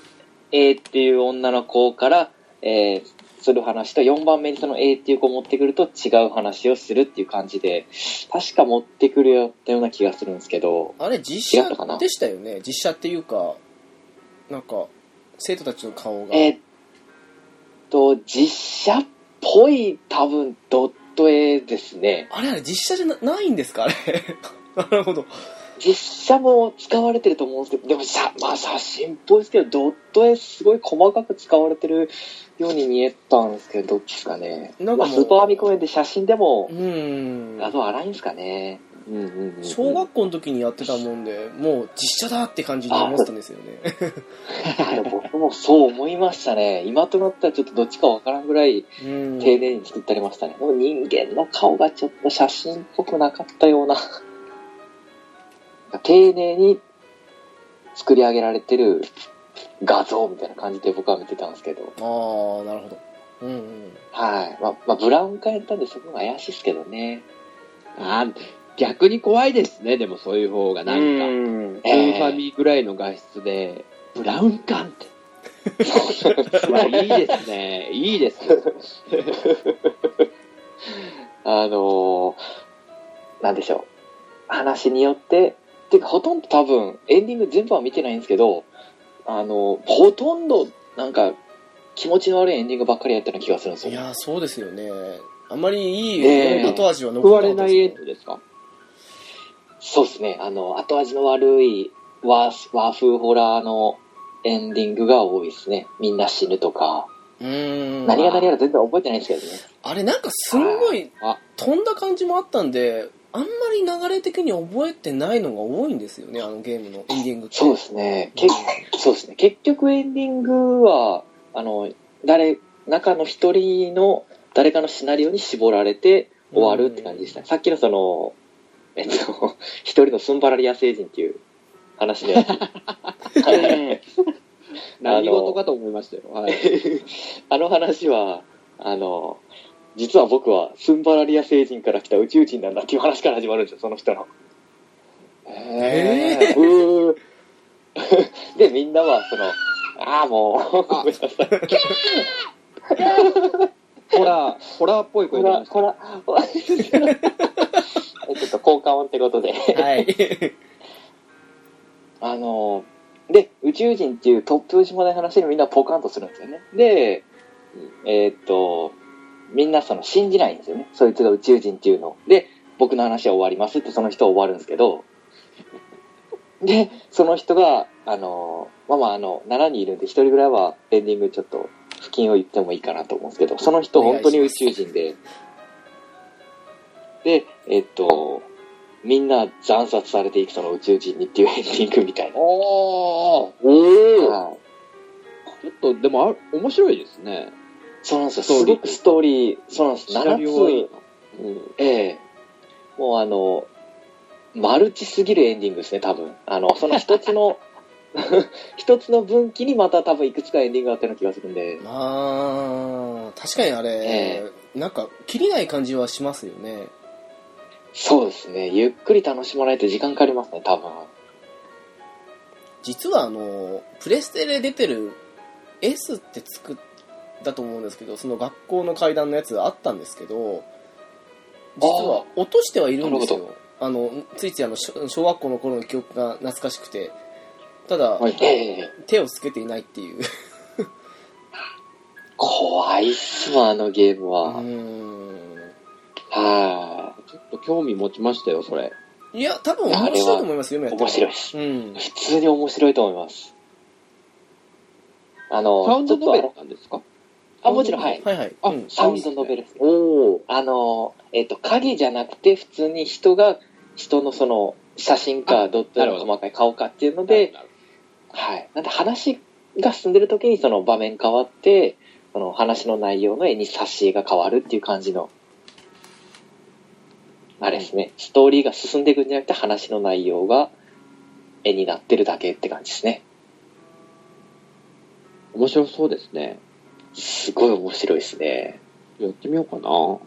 A っていう女の子から、えー、する話と、よんばんめにその A っていう子を持ってくると違う話をするっていう感じで、確か持ってくるよってような気がするんですけど。 あれ実写でしたよね。実写っていうか、なんか、生徒たちの顔が。 えー、っと、実写っぽい多分ドット絵ですね。 あれあれ実写じゃ な, ないんですかあれ。なるほど。 実写も使われてると思うんですけど、でもさ、まあ写真っぽいですけど、ドット絵すごい細かく使われてるように見えたんですけど、どっちですかね。なんかまあ、スーパーファミコンで写真でも画像荒いんですかね。 うんうんうんうん、 小学校の時にやってたもんで、もう実写だって感じに思ってたんですよね。 僕もそう思いましたね。今となったらちょっとどっちかわからんぐらい丁寧に作ってありましたね。でも人間の顔がちょっと写真っぽくなかったような。丁寧に作り上げられてる画像みたいな感じで僕は見てたんですけど。 ああ、なるほど。うんうん。 はい。まあ、まあ、ブラウン管やったんでそこが怪しいですけどね。 ああ、逆に怖いですね。でもそういう方がなんか、スーファミぐらいの画質で、ブラウン管って。いや、いいですね。いいですよ。 あのー、なんでしょう。話によって、ていうかほとんど多分エンディング全部は見てないんですけど、あのほとんどなんか気持ちの悪いエンディングばっかりやったような気がするんですよ。 いやそうですよね。あんまりいい後味は残らない。食われないエンドですか？ そうですね。あの後味の悪い和和風ホラーのエンディングが多いですね。みんな死ぬとか。 うーん。 何が何やら全然覚えてないんですけどね。 あれなんかすんごい飛んだ感じもあったんで。あんまり流れ的に覚えてないのが多いんですよね、あのゲームのエンディングって。 そうですね。けそうですね。結局エンディングは、あの、誰、中の一人の誰かのシナリオに絞られて終わるって感じでした。さっきのその、えっと、一人のスンバラリア星人っていう話で。 何事かと思いましたよ。はい、 あの話は、あの、実は僕はスンバラリア星人から来た宇宙人なんだっていう話から始まるんですよ、その人の。 へー。うーで、みんなは、その、ああ、もう、ごめんなさい。 ホラー、ホラーっぽい声で。 ホラー、ホラー。ちょっと効果音ってことで。 はい。 あの、で、宇宙人っていう突拍子もない話にみんなポカンとするんですよね。で、えー、っと、みんなその信じないんですよね。そいつが宇宙人っていうの。で、僕の話は終わりますってその人は終わるんですけど、で、その人が、あの、まあまああの、しちにんいるんでひとりぐらいはエンディングちょっと、付近を言ってもいいかなと思うんですけど、その人本当に宇宙人で、で、えっと、みんな惨殺されていくその宇宙人にっていうエンディングみたいな。 おー、おー、はい、ちょっと、でもあ、面白いですね。 そうなんですよ。すごくストーリー、そうなんです。ななつ、うん、ええもうあの、マルチすぎるエンディングですね、多分。あの、その一つの、一つの分岐にまた多分いくつかエンディングがあったような気がするんで。 あー、確かにあれ、えー、なんか、切りない感じはしますよね。 そうですね。ゆっくり楽しまないと時間かかりますね、多分。 実はあの、プレステで出てる S って作ったと思うんですけど、その学校の階段のやつあったんですけど、実は落としてはいるんですよ。あの、ついついあの、小学校の頃の記憶が懐かしくて、ただ、はい、手をつけていないっていう。 怖いっすわ、あのゲームは。うーん。はぁ。ちょっと興味持ちましたよ、それ。 いや、多分面白いと思いますよ、 面白いし、うん。普通に面白いと思います。あの、 サウンドノベルなんですか？ あ、もちろん、はい。 はいはい。 あ、サウンドノベルですね。おあの、えっと、影じゃなくて、普通に人が、人のその、写真か、ドットの細かい顔かっていうので、はい。なんで話が進んでる時にその場面変わって、その話の内容の絵に挿絵が変わるっていう感じの、あれですね。ストーリーが進んでいくんじゃなくて、話の内容が絵になってるだけって感じですね。 面白そうですね。 すごい面白いですね。 やってみようかな。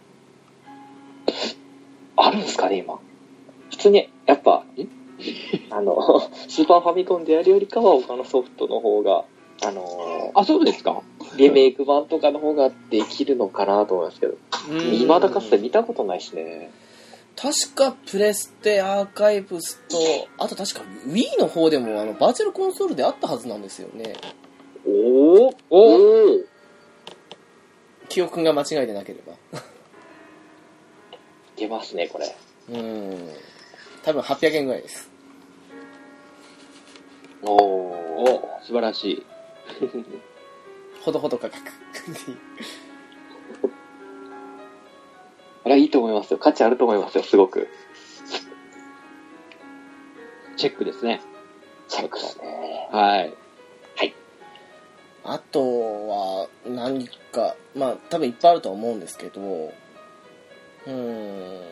あるんですかね、今。普通に、やっぱ、 あの、スーパーファミコンでやるよりかは他のソフトの方が、あのあ、そうですか。 リメイク版とかの方ができるのかなと思いますけど、未だかつて見たことないしね。 確かプレステアーカイブスと、あと確か Wii の方でもあのバーチャルコンソールであったはずなんですよね。 おーおお記憶が間違えてなければ。 出ますね、これ。 うーん。多分はっぴゃくえんぐらいです。 おおー。 素晴らしい。 ほどほど価格。 あれはいいと思いますよ。価値あると思いますよ、すごく。 チェックですね。 チェックですね。 はい。 あとは何か、まあ多分いっぱいあるとは思うんですけど、うーん。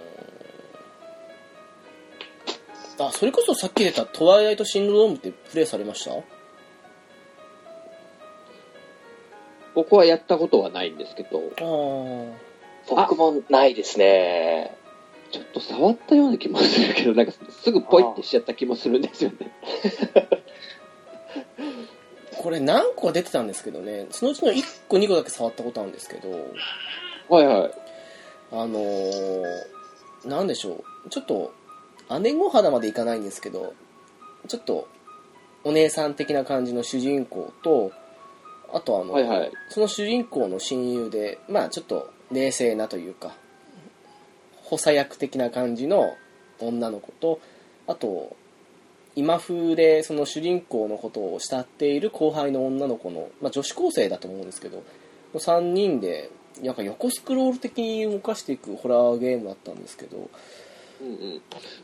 あ、それこそさっき出たトワイライトシンドロームってプレイされました？ 僕はやったことはないんですけど、 あー。 僕もないですね。 ちょっと触ったような気もするけど、なんかすぐポイってしちゃった気もするんですよね。 これ何個か出てたんですけどね、そのうちのいっこにこだけ触ったことあるんですけど、 はいはい。 あのー、なんでしょう、ちょっと姉御肌までいかないんですけど、ちょっとお姉さん的な感じの主人公と、あとあの、 はいはい。 その主人公の親友で、まあちょっと冷静なというか補佐役的な感じの女の子と、あと今風でその主人公のことを慕っている後輩の女の子の、まあ、女子高生だと思うんですけど、さんにんでなんか横スクロール的に動かしていくホラーゲームだったんですけど、 うんうん。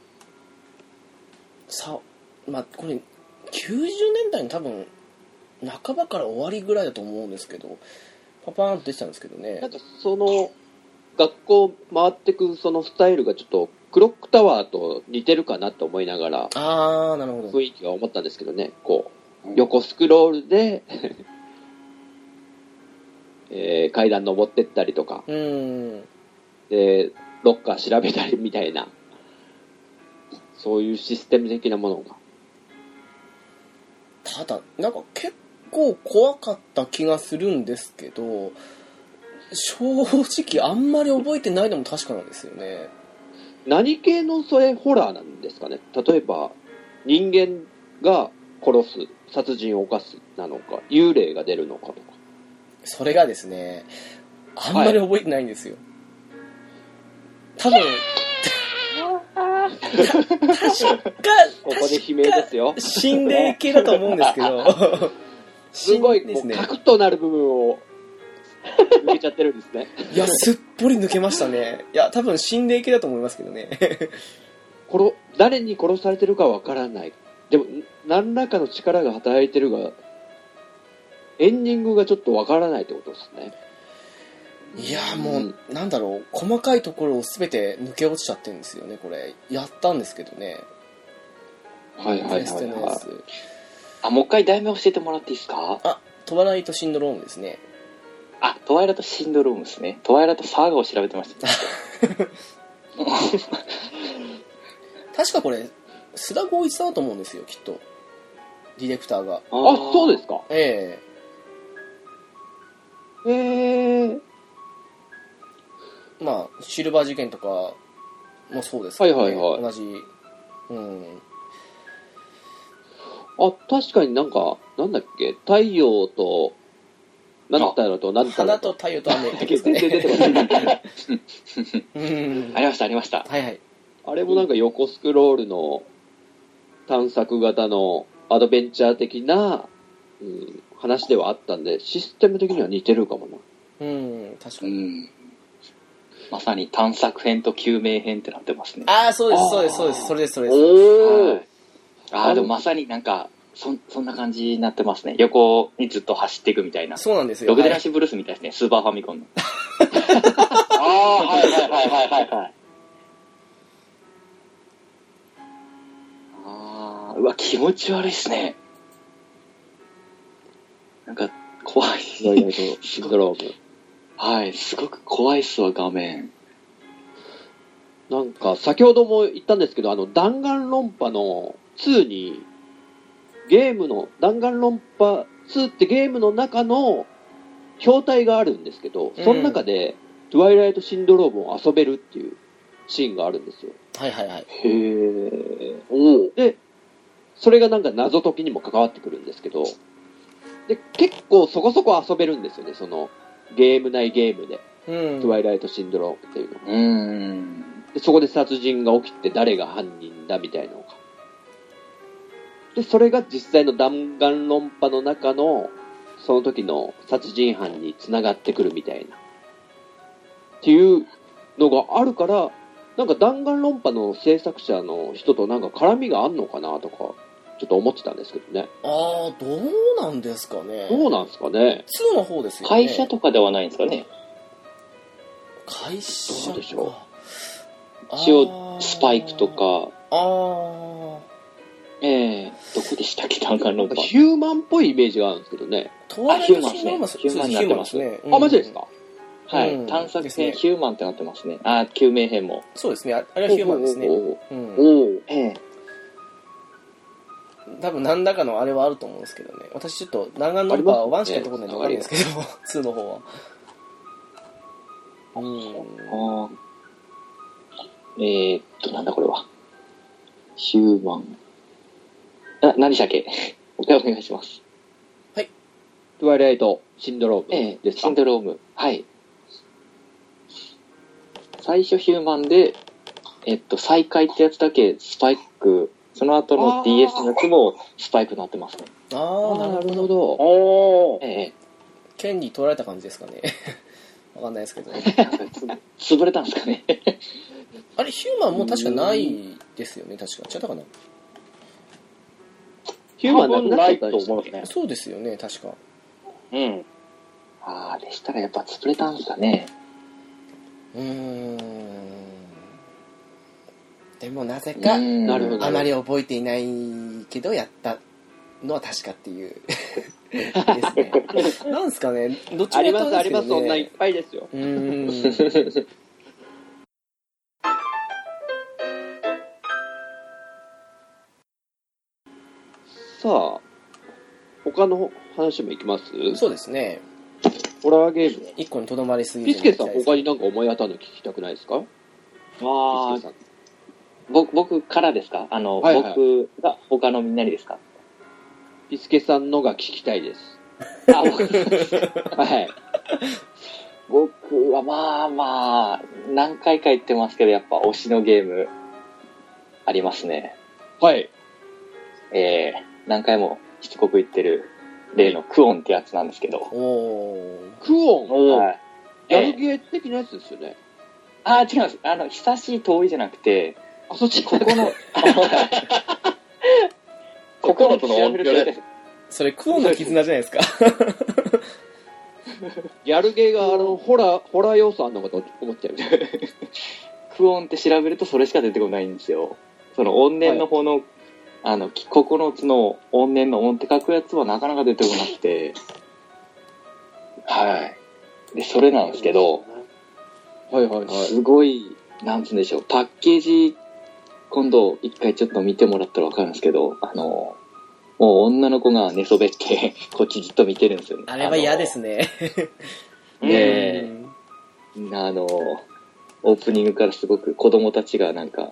さ、まあこれきゅうじゅうねんだいの多分半ばから終わりぐらいだと思うんですけど、パパーンと出てたんですけどね。 なんかその、学校回ってくそのスタイルがちょっとクロックタワーと似てるかなと思いながら、 あー、なるほど。 雰囲気は思ったんですけどね、こう、横スクロールで、えー階段登ってったりとか、 うーん。 で、ロッカー調べたりみたいな、そういうシステム的なものが。 ただなんか結構怖かった気がするんですけど、正直あんまり覚えてないのも確かなんですよね。 何系のそれホラーなんですかね。例えば、人間が殺す、殺人を犯すなのか、幽霊が出るのかとか。 それがですね、あんまり覚えてないんですよ。多分、た確か、 ここで悲鳴ですよ。 心霊系だと思うんですけど、 すごい、もう心霊ですね。 核となる部分を抜けちゃってるんですね。 いや、すっぽり抜けましたね。いや、多分心霊系だと思いますけどね。 殺誰に殺されてるかわからない。でも、何らかの力が働いてるが、エンディングがちょっとわからないってことですね。 いやもう、なんだろう、細かいところを全て抜け落ちちゃってるんですよね、これ。やったんですけどね。 はいはいはい、 プレステのやはつ。 あ、もう一回題名教えてもらっていいですか？ あ、トワイライトシンドロームですね。 あ、トワイライトシンドロームですね。トワイライトサーガを調べてました。 確かこれ、須田剛一さんだと思うんですよ、きっと。ディレクターが。 い。あ、そうですか。 えへえ。 えまあ、シルバー事件とかもそうですけどね。 はいはいはい同じ。うん。 あ、確かになんか、なんだっけ、太陽と、なんだろうと、なんだろう花と太陽と雨ですか全然出てこない。 ね。うん。 ありました、ありました。 はいはい。 あれもなんか横スクロールの探索型のアドベンチャー的な、うん、話ではあったんで、システム的には似てるかもな。 うん、確かうに。 ん。まさに探索編と救命編ってなってますね。 ああ、そうです、そうです、そうです。それです、それです。 おはい。ああ、でもまさになんか、そ、そんな感じになってますね。横にずっと走っていくみたいな。 そうなんですよ。 ログデはいラシブルースみたいですね。スーパーファミコンの。ああ、はいはいはいはいはいはい。ああ、うわ、気持ち悪いっすね。なんか、怖い。 いやいやシンドローム。 はい、すごく怖いっすわ、画面。 なんか、先ほども言ったんですけど、あの、弾丸論破のにに、ゲームの、弾丸論破にってゲームの中の表題があるんですけど、その中で、トゥワイライトシンドロームを遊べるっていうシーンがあるんですよ。 はいはいはい。 へー。 おお。 で、それがなんか謎解きにも関わってくるんですけど、で、結構そこそこ遊べるんですよね、その、ゲーム内ゲームで。 うん。 トゥワイライトシンドロームっていうの。 うーん。 で、そこで殺人が起きて誰が犯人だみたいなのが。で、それが実際の弾丸論破の中の、その時の殺人犯に繋がってくるみたいな。っていうのがあるから、なんか弾丸論破の制作者の人となんか絡みがあんのかなとか、ちょっと思ってたんですけどね。 ああ、どうなんですかね。 どうなんですかね。 にの方ですよね。 会社とかではないんですかね。 会社どうでしょうか。 一応、スパイクとか、 あええー、どこでしたっけ、弾丸論破。 ヒューマンっぽいイメージがあるんですけどね。 あ、トワイライトシンドロームはヒューマンですねヒューマンですね。 あ、マジですか？ はい、 うん探索ですね編ヒューマンってなってますね。あ、救命編も。 そうですね。ああれはヒューマンですね。 おうおうおううん。 おお。 ええ多分何らかのあれはあると思うんですけどね。私ちょっと弾丸論破はワンしかやったことないんで分かんないんですけど、にの方は。うん。 あーえー、っと、なんだこれは。ヒューマン。あ、何でしたっけもう一回お願いします。 トゥワイライトシンドローええムですか？ シンドローム。はい。最初ヒューマンで、えっと、再開ってやつだけスパイク、その後の ディーエス のやつもスパイクになってますね。 あああ、 あ、なるほなるほど。 ど。 おお。 ええ権利取られた感じですかね。わかんないですけど。 なんかつ潰れたんですかね。 あれ、ヒューマンもう確かないですよね、確か。違ったかな。 ヒューマンなくなっちゃった多分ないと思いますね。 そうですよね、確か。 うん。 ああ、でしたらやっぱ潰れたんですかね。 うーん。でもなぜか、 うんなるほどあまり覚えていないけど、やったのは確かっていう。ですね。なんですかね、どっちもやったんあります、あります、 ですけどね。 そんないっぱいですよ。 うーん。 さあ、他の話もいきます？ そうですね。 ホラーゲーム。 一個にとどまりすぎずピスケさん、 いきたいです他になんか思い当たるの聞きたくないですか？ あピスケさん。 僕、僕からですか？あの、 はいはい僕が他のみんなにですか？ ピスケさんのが聞きたいです。 あ、僕はい。 僕はまあまあ、何回か言ってますけど、やっぱ推しのゲーム、ありますね。 はい。 えー、何回もしつこく言ってる、例のクオンってやつなんですけど。 おー。 クオン、 おお。 はい。 ギャルえーゲー的なやつですよね。 あー、違うんです。あの、久しい遠いじゃなくて、 あ、そっちここの、ここのここの音量でそれ、クオンの絆じゃないですか。 ギャルゲーがあの、ホラー、ホラー要素あんのかと思っちゃう。 クオンって調べるとそれしか出てこないんですよ。その怨念の方の、あの、きここのつの怨念の音って書くやつはなかなか出てこなくて、はい。で、それなんですけど、 はいはいはい。 すごい、なんつうんでしょう、パッケージ、今度一回ちょっと見てもらったらわかるんですけど、あの、もう女の子が寝そべって、こっちじっと見てるんですよね。 あれは嫌ですね。 あので、あの、オープニングからすごく子供たちがなんか、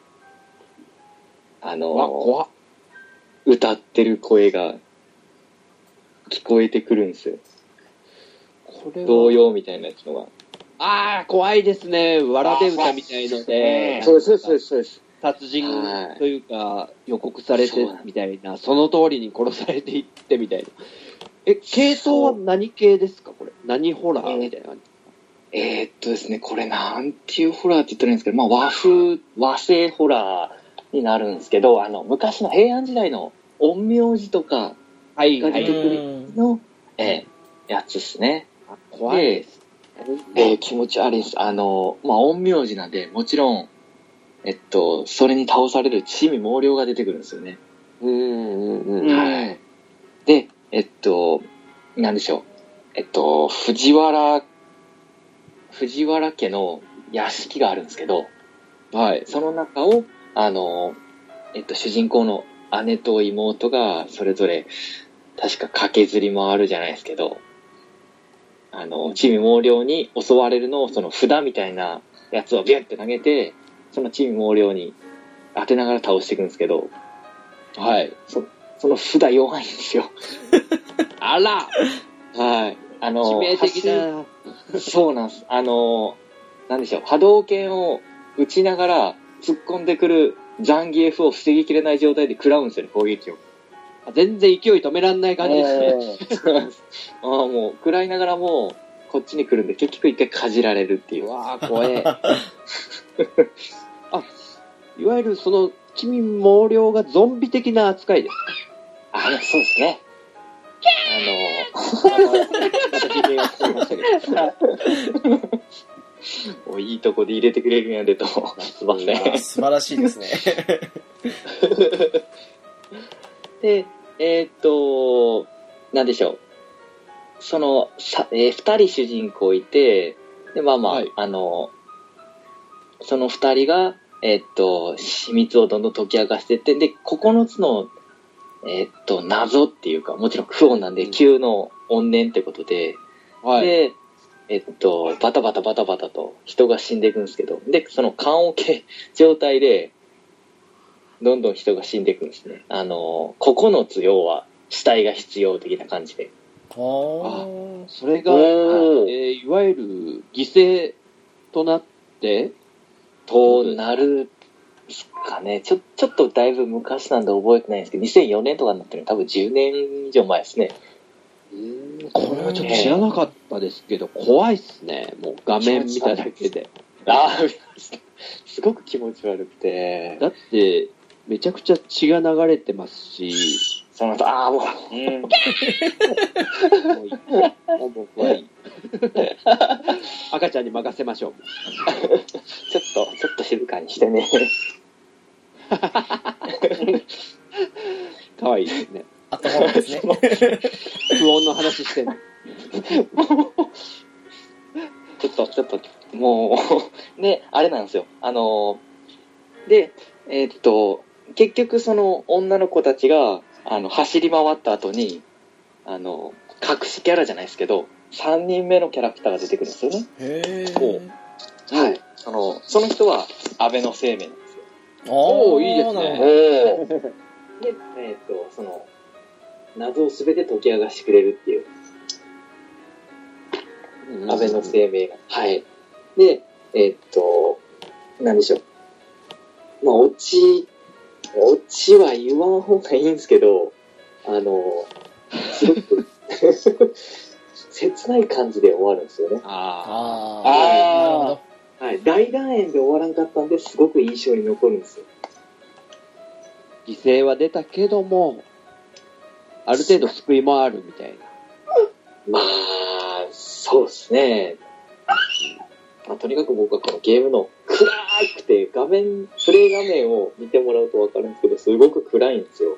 ああ、 の、 怖っ。 歌ってる声が聞こえてくるんですよ。 これは童謡みたいなやつのが。 ああ、怖いですね。わらで歌みたいので、 そうです、そうです、そうです。 殺人はいというか、予告されてそうなんみたいな、その通りに殺されていってみたいな。え、系統は何系ですかこれ。何ホラーみたいな感じ。 えー、っとですね、これなんていうホラーって言ったらいいんですけど、まあ和風、和製ホラーになるんですけど、あの、昔の平安時代の陰陽師とかはい、 がはい。 出てくるの、えーやつですね。 あ怖いです。 えー気持ち悪いです。あの、まあ、陰陽師なんで、もちろん、えっと、それに倒される地味猛量が出てくるんですよね。 うんうんうん。 はい。で、えっと、なんでしょう。えっと、藤原、藤原家の屋敷があるんですけど、 はい。 その中を、あの、えっと、主人公の姉と妹がそれぞれ確か駆けずり回るじゃないですけど、あの、チーム毛量に襲われるのをその札みたいなやつをビュッて投げて、そのチーム毛量に当てながら倒していくんですけど、 はい。 そその札弱いんですよ。 あらはい。あの、 致命的な。 そうなんです。あの、なんでしょう、波動拳を打ちながら突っ込んでくるザンギエフを防ぎきれない状態で食らうんですよね、攻撃を。 全然勢い止めらんない感じですね。 そうなんです。ああ、もう、食らいながらも、こっちに来るんで、結局一回かじられるっていう。 うわぁ、怖え。あ、いわゆるその、地味猛量がゾンビ的な扱いです。 あ、そうですね。あの、また悲鳴が聞こえましたけど。おいいとこで入れてくれるんやでと、すいません。 素晴らしいですね。 で、えー、っと、なんでしょう。その、さえー、二人主人公いて、で、まあまあ、はい、あの、その二人が、えー、っと、秘密をどんどん解き明かしていって、で、九つの、えー、っと、謎っていうか、もちろんクオンなんで、九の怨念ってことで、はい、で、えっと、バタバタバタバタと人が死んでいくんですけど、で、その棺桶状態で、どんどん人が死んでいくんですね。あの、九つ要は死体が必要的な感じで。 ああ、それが、えー、いわゆる犠牲となって、 となるですかね。ちょ、ちょっとだいぶ昔なんで覚えてないんですけど、にせんよねんとかになってるの多分じゅうねん以上前ですね。 うーん、これはちょっと知らなかったですけど、怖いっすね。もう画面見ただけで。 ああ、すごく気持ち悪くて。 だって、めちゃくちゃ血が流れてますし、 その後、ああ、もう、うん。もういい。もう僕はいい。 赤ちゃんに任せましょう。 ちょっと、ちょっと静かにしてね。 かわいいですね。 あったもんですね。 不穏の話してんの。 ちょっと、ちょっと、もう、ね、あれなんですよ。あの、で、えー、っと、結局その女の子たちが、あの、走り回った後に、あの、隠しキャラじゃないですけど、さんにんめのキャラクターが出てくるんですよね。 へー。 はい。その、その人は、安倍の生命なんですよ。 おー、いいですね。 で、えー、っと、その、謎をすべて解き明かしてくれるっていう。安倍の生命が。はい。で、えー、っと、なんでしょう。まあ、オチ、オチは言わん方がいいんですけど、あの、すごく、切ない感じで終わるんですよね。 あああ、なるほど。 はい。大団円で終わらんかったんで、すごく印象に残るんですよ。 犠牲は出たけども、ある程度救いもあるみたいな。 まあ、そうですね。まあ、とにかく僕はこのゲームの暗くて画面、プレイ画面を見てもらうとわかるんですけど、すごく暗いんですよ。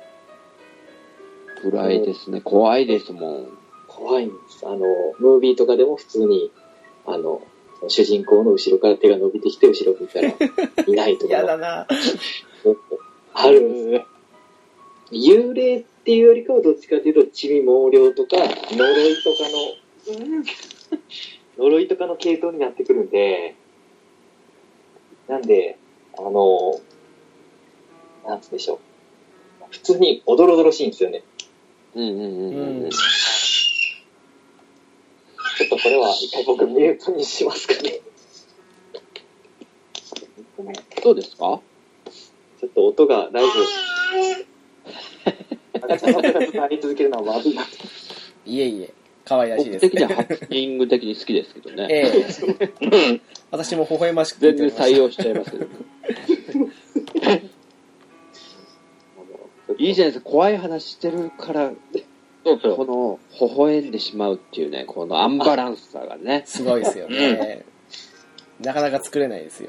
暗いですね。怖いですもん。 怖いんです。あの、ムービーとかでも普通に、あの、主人公の後ろから手が伸びてきて、後ろ見たらいないとか。 やだな。 あるんです。幽霊っていうよりかはどっちかというと、地味猛量とか、呪いとかの、うん呪いとかの系統になってくるんで、なんで、あの、なんつうんでしょう。普通におどろおどろしいんですよね。 うんうんうんうんうん。ちょっとこれは一回僕ミュートにしますかね。 どうですか？ ちょっと音がだいぶ、赤ちゃんの音がずっと鳴り続けるのはまずいな。 いえいえ。可愛らしいです。 僕的にはハッピング的に好きですけどね。 ええ。私も微笑ましく全然採用しちゃいますけど。いいじゃないですか。怖い話してるから、この、微笑んでしまうっていうね、このアンバランスさがね。 すごいですよね。なかなか作れないですよ。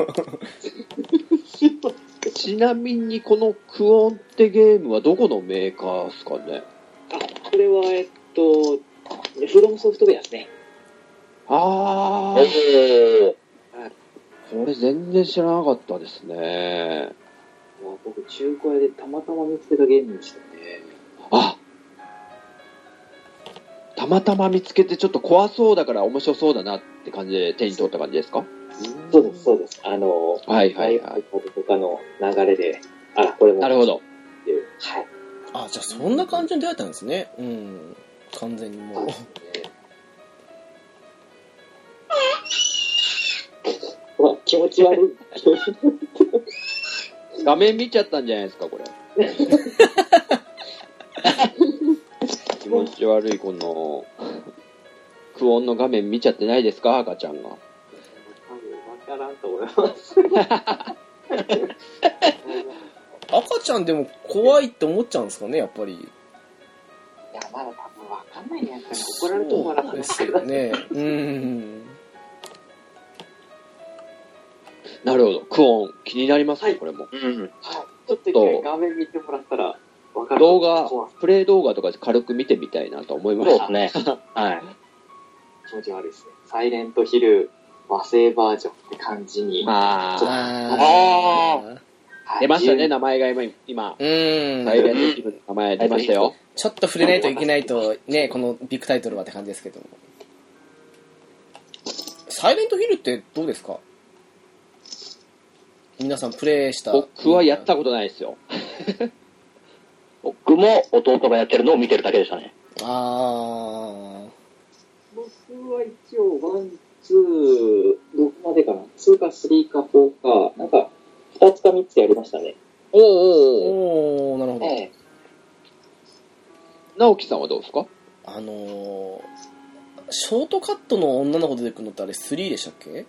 ちなみに、このクオンってゲームはどこのメーカーですかね？ あ、これは、えっと、フロムソフトウェアですね。 あー。これ全然知らなかったですね。 僕、中古屋でたまたま見つけたゲームでしたね。 あ、たまたま見つけてちょっと怖そうだから面白そうだなって感じで手に取った感じですか？ そうです、そうです。あの、 はいはいはい。 とかの流れで、あ、これも。 なるほど。 っていう。はい。 あ、じゃあそんな感じに出会えたんですね。うん。完全にもう。 うわ、気持ち悪い。 画面見ちゃったんじゃないですか、これ。気持ち悪い、この、クオンの画面見ちゃってないですか、赤ちゃんが。 多分わからんと思います。 赤ちゃんでも怖いって思っちゃうんですかね、やっぱり。 いや、まだ多分わかんないんやったら怒られると思わなかったですよね。うん。 なるほど。クオン、気になりますね、 はいこれも。 うん。 はい。ちょっと一回画面見てもらったらわかる。 動画、プレイ動画とかで軽く見てみたいなと思いました。 そうですね。はい。 気持ち悪いですね。サイレントヒル和製バージョンって感じに。 あー、 あー。 はい出ましたね、名前が今、今。 うん。 サイレントヒルの名前出ましたよ。 ちょっと触れないといけないと、ね、このビッグタイトルはって感じですけども。サイレントヒルってどうですか？皆さんプレイした。 僕はやったことないですよ。 僕も弟がやってるのを見てるだけでしたね。 あー。 僕は一応、ワン、ツー、どこまでかな ?ツー かスリーかフォーか、なんか、ふたつかみっつやりましたね。 おーおーおー。 おー、なるほど。 ええ。 直樹さんはどうですか？ あのー、ショートカットの女の子出てくるのってあれスリーでしたっけ？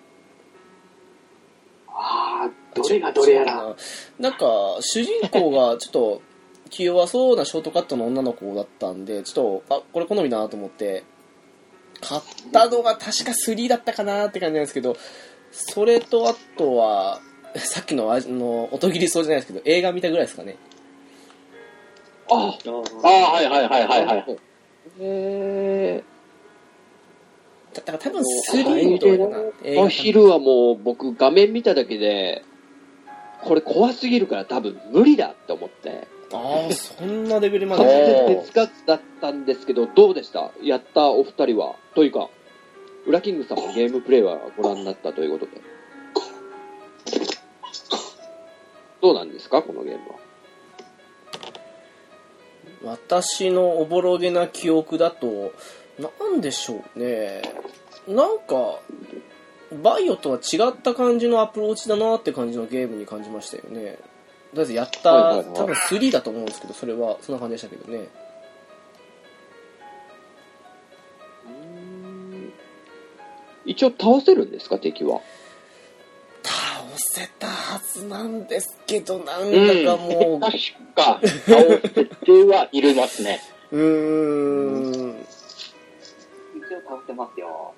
あー、どれがどれやら。 なんか、主人公がちょっと、気弱そうなショートカットの女の子だったんで、ちょっと、あ、これ好みだなと思って、買ったのが確かスリーだったかなって感じなんですけど、それとあとは、さっきのあの音切りそうじゃないですけど、映画見たぐらいですかね。 あああ、はいはいはいはいはい。 へだから多分スリーのとこかな。 ー。お昼はもう僕画面見ただけで、これ怖すぎるから多分無理だって思って。 ああ、そんなレベルま完で。 全手つかずだったんですけど、どうでした？やったお二人は。というか、ウラキングさんもゲームプレイはご覧になったということで。どうなんですか、このゲームは。 私のおぼろげな記憶だと、なんでしょうね。なんか、バイオとは違った感じのアプローチだなって感じのゲームに感じましたよね。とりあえずやった、 はいはいはい、 多分スリーだと思うんですけど、それはそんな感じでしたけどね。 一応倒せるんですか、敵は。 倒せたはずなんですけど、なんだかもう、 確か、倒せてはいるますね。 うーん。 一応倒せますよ。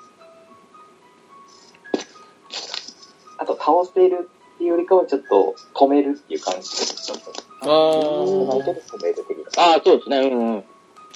あと、倒せるっていうよりかはちょっと止めるっていう感じで、ちょっと。 あー。 止める止める的な。 ああ、そうですね。うんうん。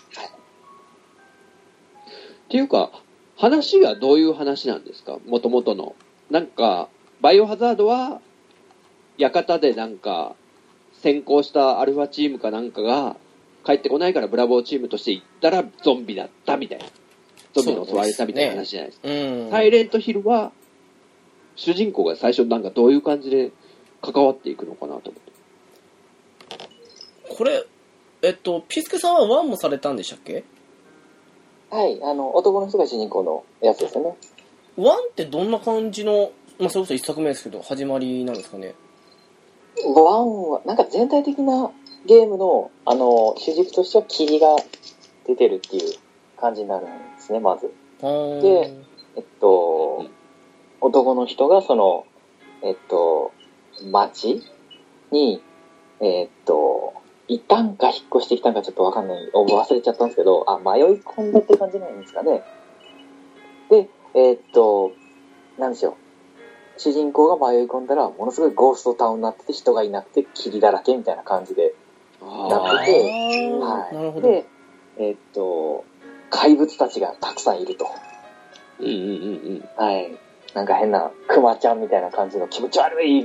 っていうか、話がどういう話なんですか、元々の。なんか、バイオハザードは、館でなんか、先行したアルファチームかなんかが、帰ってこないからブラボーチームとして行ったらゾンビだったみたいな。ゾンビに襲われたみたいな話じゃないですか。 うん。 サイレントヒルは、主人公が最初なんかどういう感じで関わっていくのかなと思って。 これ、えっと、ピスケさんはワンもされたんでしたっけ？ はい、あの、男の人が主人公のやつですよね。 ワンってどんな感じの、まあ、それこそ一作目ですけど、始まりなんですかね。 ワンは、なんか全体的なゲームの、あの、主軸としては霧が出てるっていう感じになるんですね、まず。 はで、えっと、男の人がその、えっと、町に、えっと、いたんか引っ越してきたんかちょっとわかんない、忘れちゃったんですけど、あ、迷い込んだって感じなんですかね。で、えっと、なんでしょう。主人公が迷い込んだら、ものすごいゴーストタウンになってて、人がいなくて、霧だらけみたいな感じでなってて、はい。 なるほど。 で、えっと、怪物たちがたくさんいると。 うんうんうんうん。 はい。なんか変なクマちゃんみたいな感じの気持ち悪い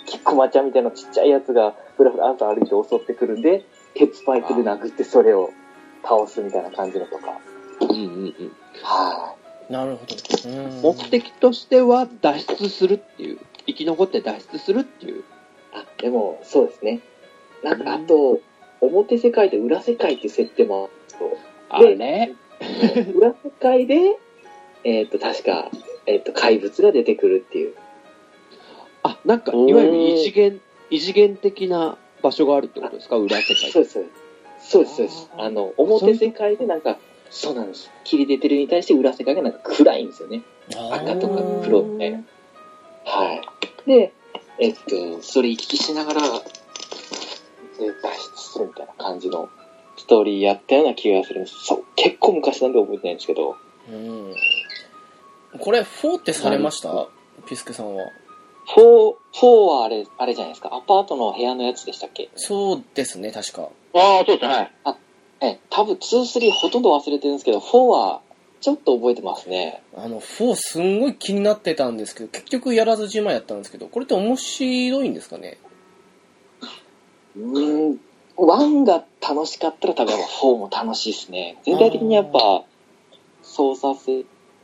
キッコマちゃんみたいなちっちゃいやつがふらふらと歩いて襲ってくるんで、鉄パイプで殴ってそれを倒すみたいな感じのとか。 うんうんうん。 はなるほど。うん。 目的としては脱出するっていう。生き残って脱出するっていう。 あ、でも、そうですね。なんか、あと、表世界と裏世界っていう設定もあると。 あね。 裏世界で、えっと、確か、えっと、怪物が出てくるっていう。 あ、なんか、いわゆる異次元、異次元的な場所があるってことですか、裏世界。 そうです。そうです、そうです。あの、表世界でなんか、そうなんです。切り出てるに対して裏世界がなんか暗いんですよね。赤とか黒みたいな。はい。で、えっと、それ行き来しながら、脱出するみたいな感じのストーリーやったような気がするんです。そう、結構昔なんで覚えてないんですけど。 うん。これ、フォーってされました？ピスケさんは。 フォー、フォーはあれ、あれじゃないですか。アパートの部屋のやつでしたっけ？ そうですね、確か。 ああ、そうですね、はい。 あ、え、多分に、さんほとんど忘れてるんですけど、フォーはちょっと覚えてますね。 あの、フォーすんごい気になってたんですけど、結局やらずじまいやったんですけど、これって面白いんですかね？ うーん、ワンが楽しかったら多分フォーも楽しいですね。全体的にやっぱ、操作性。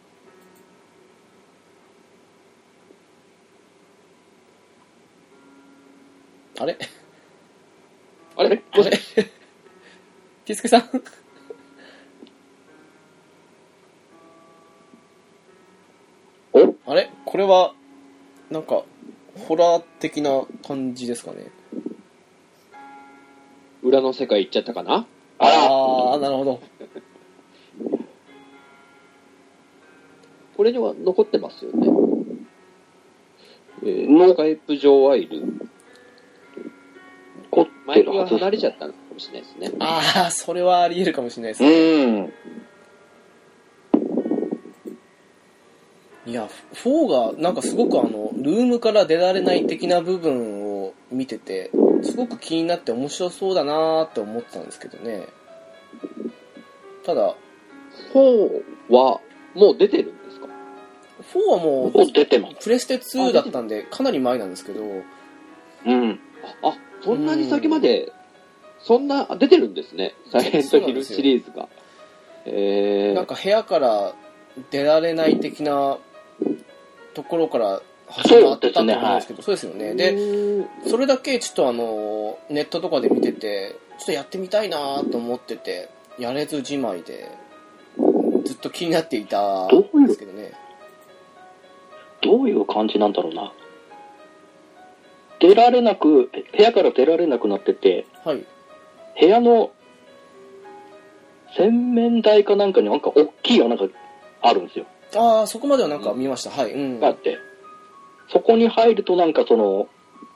あれあれあれピスケさんおあれこれは、なんか、ホラー的な感じですかね？ 裏の世界行っちゃったかな？ ああ、なるほど。 これには残ってますよね。えー、スカイプ上はいる。 残っマイクがてるはず。 離れちゃったのかもしれないですね。 ああ、それはあり得るかもしれないですうね。 ん。 いや、フォーがなんかすごくあの、ルームから出られない的な部分を見てて、すごく気になって面白そうだなーって思ってたんですけどね。ただ、 フォーはもう出てるんですか？ フォーはももう出てます。 う、プレステツーだったんで、かなり前なんですけど、 うん。 あ、あ、そんなに先まで、そんな、出てるんですね。サイレントヒルシリーズが。えー、 なんか部屋から出られない的なところから始まったと思うんですけど、そうですよね。で、それだけちょっとあの、ネットとかで見てて、ちょっとやってみたいなと思ってて、やれずじまいで、ずっと気になっていたんですけどね。 どういう感じなんだろうな。出られなく、部屋から出られなくなってて、 はい。 部屋の洗面台かなんかになんか大きい穴があるんですよ。 ああ、そこまではなんか見ました。はい。うん。 あって。そこに入るとなんかその、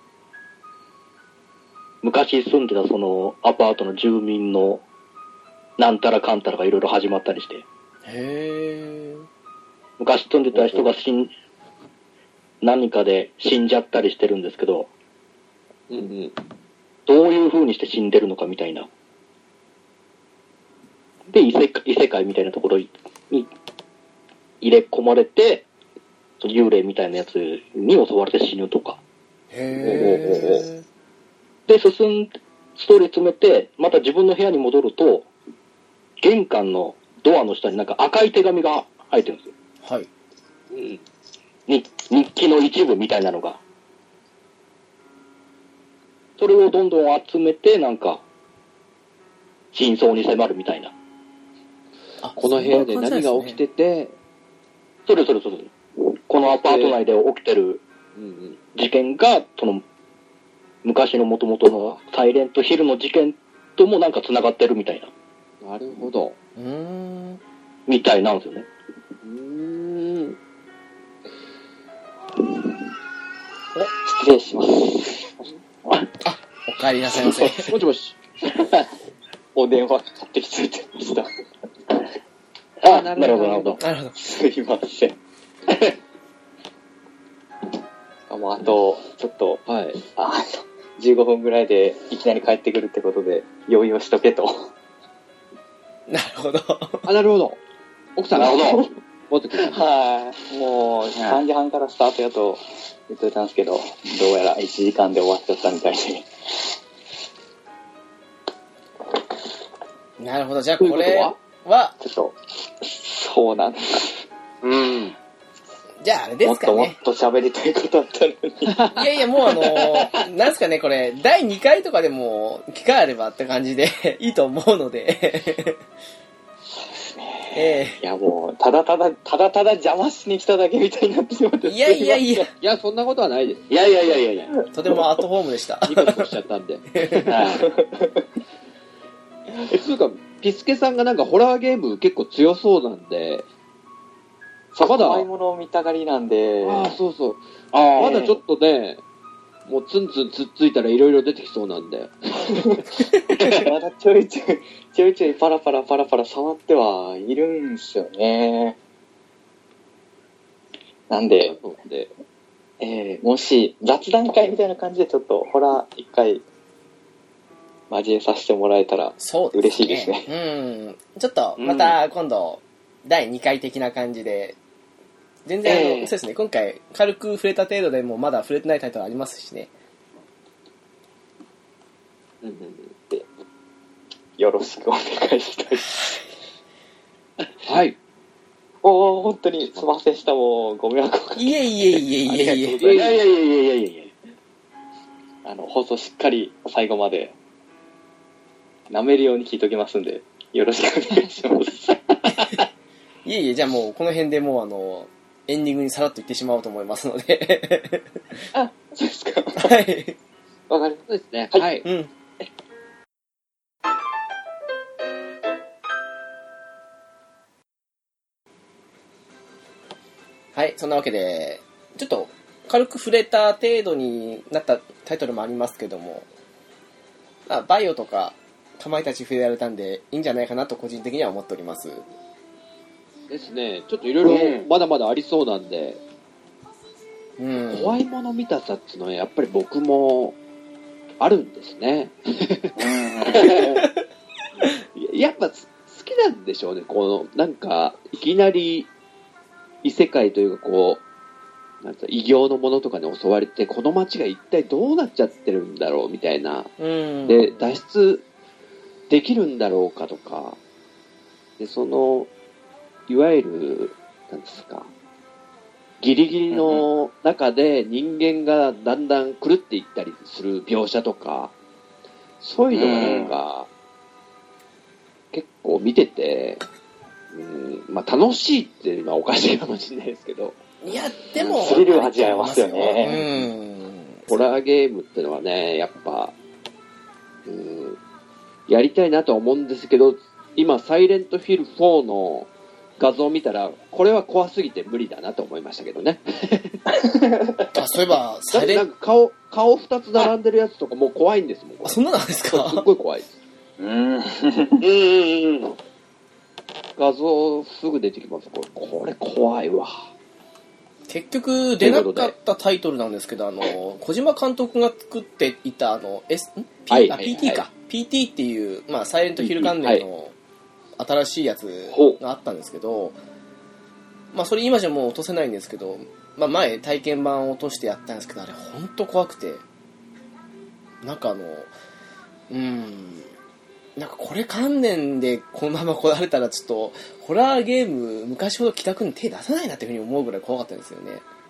昔住んでたそのアパートの住民のなんたらかんたらがいろいろ始まったりして。 へー。 昔住んでた人が死ん、何かで死んじゃったりしてるんですけど、 うんうん、 どういう風にして死んでるのかみたいな。で、異世界、異世界みたいなところに入れ込まれて、幽霊みたいなやつに襲われて死ぬとか。 へー。 で、進ん、ストーリー詰めて、また自分の部屋に戻ると、玄関のドアの下になんか赤い手紙が入ってるんですよ。 はい。 うん、 に日記の一部みたいなのが。それをどんどん集めて、なんか、真相に迫るみたいな。 この部屋で何が起きてて、 それそれそれ。このアパート内で起きてる事件が、その、昔の元々のサイレントヒルの事件ともなんか繋がってるみたいな。 なるほど。 うーん。 みたいなんですよね。 うーん。 失礼します。 あ、お帰りなさいませ。 もしもし。 お電話かかってきてました。 あ、なるほど、なるほど。 なるほど。 すいません。あ、もうあと、ちょっと、 はい。 あの、じゅうごふんぐらいでいきなり帰ってくるってことで、用意をしとけと。 なるほど。 あ、なるほど。奥さん。 なるほど。 持ってくる。 はい。もう、さんじはんからスタートやと言ってたんですけど、どうやらいちじかんで終わっちゃったみたいで。 なるほど。じゃあということこれはは、 ちょっと、そうなんです。 うん。 じゃああれでもっともっすかね。 と喋りたいことあったのに。 いやいや、もうあのー、なんすかね、これ、だいにかいとかでも、機会あればって感じでいいと思うので。えいやもう、ただただ、ただただ邪魔しに来ただけみたいになってしまって。 えいやいやいや、 いや、そんなことはないです。 いやいやいやいやいや。 とてもアットホームでした。 ニコニコしちゃったんで。え、つうか、ピスケさんがなんかホラーゲーム結構強そうなんで、 そう、 まだ怖いものを見たがりなんで、 ああ、そうそう。 あまだちょっとね、もうツンツンつっついたらいろいろ出てきそうなんで。 まだちょいちょい、ちょいちょいパラパラパラパラ触ってはいるんですよね。なんで、 でえー、もし雑談会みたいな感じでちょっとホラー一回交えさせてもらえたらそうですね。 嬉しいですね。 うん。ちょっと、また今度、だいにかい的な感じで、全然あの、 ええそうですね、今回軽く触れた程度でもまだ触れてないタイトルありますしね。 うんうんでよろしくお願いしたい。 うんはい。 おー、本当にすいませんでした。もうご迷惑をかけいえいえいえいえいえ。 ありがとうごいざいます。 やいやいやいやいやいやいや。 あの、放送しっかり最後まで舐めるように聞いときますんで、よろしくお願いします。 いえいえ、じゃあもうこの辺でもうあの、エンディングにさらっと言ってしまおうと思いますので。 あ、そうですか。 はい。 わかりまそうですね。 はいはい。 うん。はい、そんなわけで、ちょっと軽く触れた程度になったタイトルもありますけども、まあ、バイオとか、かまいたち触れられたんで、いいんじゃないかなと個人的には思っております。 ですね。ちょっといろいろまだまだありそうなんで、 うん。 怖いもの見たさっていうのはやっぱり僕もあるんですね。やっぱ好きなんでしょうね。この、なんか、いきなり異世界というかこう、なんか異形のものとかに襲われて、この街が一体どうなっちゃってるんだろうみたいな。 うん。 で、脱出できるんだろうかとか、で、その、いわゆる、なんですか、ギリギリの中で人間がだんだん狂っていったりする描写とか、そういうのがなんか、結構見てて、うん、まあ楽しいっていうのはおかしいかもしれないですけど、 いや、でも、 スリルを味わえますよねうん。 ホラーゲームってのはね、やっぱ、うん、やりたいなとは思うんですけど、今、サイレントフィルフォーの画像を見たら、これは怖すぎて無理だなと思いましたけどね。 あ、そういえば、 だってサイレンなんか顔、顔二つ並んでるやつとかもう怖いんですもん。こあ、 れそんななんですこれすっか？ ごい怖いです。 うん。うんうんうん。 画像すぐ出てきます。これ、これ怖いわ。 結局、出なかったタイトルなんですけど、あの、小島監督が作っていた、あの、S、ん P、あ、 はいはいピーティー か。ピーティー っていう、まあ、サイレントヒル関連の新しいやつがあったんですけど、まあ、それ今じゃもう落とせないんですけど、まあ、前体験版を落としてやったんですけど、あれほんと怖くて、なんかあの、うーん、なんかこれ関連でこのまま来られたらちょっと、ホラーゲーム昔ほど企画に手出さないなっていうふうに思うぐらい怖かったんですよ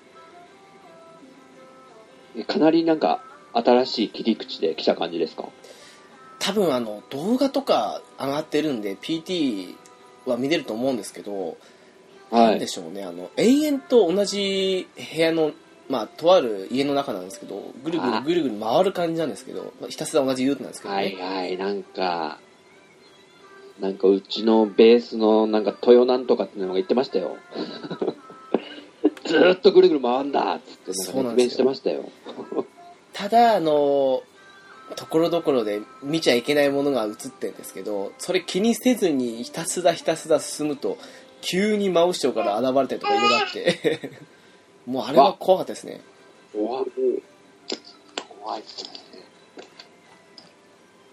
ね。 かなりなんか、新しい切り口で来た感じですか？ 多分あの動画とか上がってるんで ピーティー は見れると思うんですけど、 はいなんで。しょうね、あの永遠と同じ部屋の、まあとある家の中なんですけど、ぐるぐるぐるぐる回る感じなんですけど、まあひたすら同じルートなんですけどね、 はいはい、なんか、なんかうちのベースのなんか豊なんとかっていうのが言ってましたよ。ずーっとぐるぐる回んだっつってなんか熱弁してましたよ。 ただあのところどころで見ちゃいけないものが映ってるんですけど、それ気にせずにひたすらひたすら進むと急に真後ろから現れたりとかいろいろあってもうあれは怖かったですね。 怖っ怖いですね。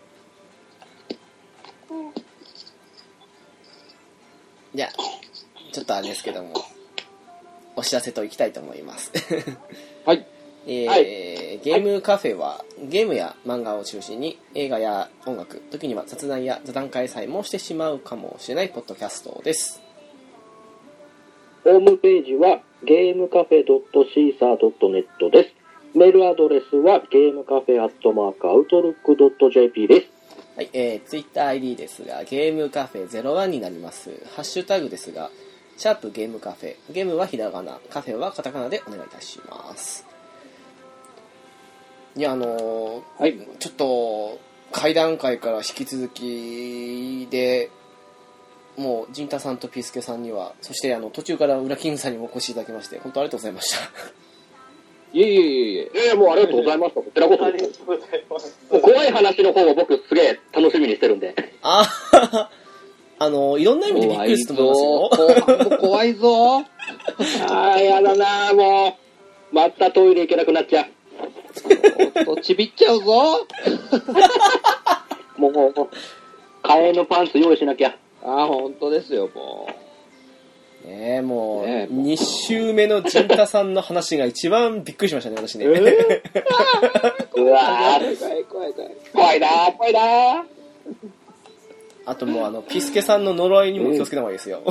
じゃあちょっとあれですけども、お知らせといきたいと思います。 はい。 えーはいゲームカフェはゲームや漫画を中心に映画や音楽、時には雑談や座談会さえもしてしまうかもしれないポッドキャストです。 ホームページはゲームカフェ ドットシーサー ドットネット です。メールアドレスはゲームカフェアットマークアウトルックドットジェーピー です。 はい、えー、ツイッター アイディー ですが、ゲームカフェゼロワンになります。ハッシュタグですが、シャープゲームカフェ、ゲームはひらがな、カフェはカタカナでお願いいたします。いや、あのーはい。 ちょっと会談会から引き続きで、もう陣太さんとピースケさんには、そしてあの途中からウラキングさんにもお越しいただきまして、本当ありがとうございました。 いえいえいえいえ。 えー、もうありがとうございました。こちらこそ。 ありがとうございます。 もう怖い話の方も僕すげえ楽しみにしてるんで。 あーあのいろんな意味でびっくりすると思いますよ。 怖いぞ。 あー、やだなー、もう。またトイレ行けなくなっちゃう。 おっと、ちびっちゃうぞ。 もう、もう、替えのパンツ用意しなきゃ。 ああ、本当ですよ、もねえ、もう、 ねえもうに週目の陣太さんの話が一番びっくりしましたね、私ね。 う。えうわ怖いー、 怖い怖い怖い。 怖いなー、怖いなー。 あともう、あの、ピスケさんの呪いにも気をつけた方がいいですよ。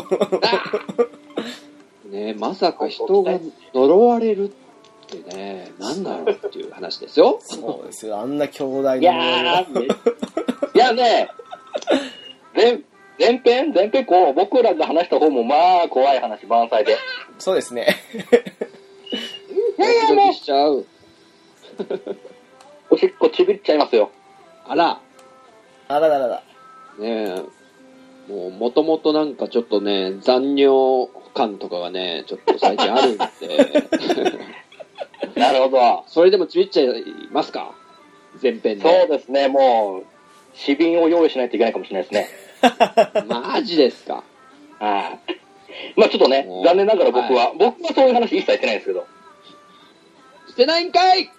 ねえ、まさか人が呪われるってね、なんだろうっていう話ですよ。 そうですよ、あんな兄弟のい呪いやを。 ー、いやね、前、前編前編こう、僕らが話した方もまあ、怖い話満載で。 そうですね。 いやいや、もうドキドキ、しちゃう。 おしっこちびっちゃいますよ。 あら、 あらららら。 ねえ、もう、もともとなんかちょっとね、残尿感とかがね、ちょっと最近あるんで、 なるほど。 それでもちびっちゃいますか？前編で。 そうですね、もう、紙瓶を用意しないといけないかもしれないですね。 マジですか？ はい。まあちょっとねも、う残念ながら僕は、 は僕はそういう話一切してないんですけど。 してないんかい。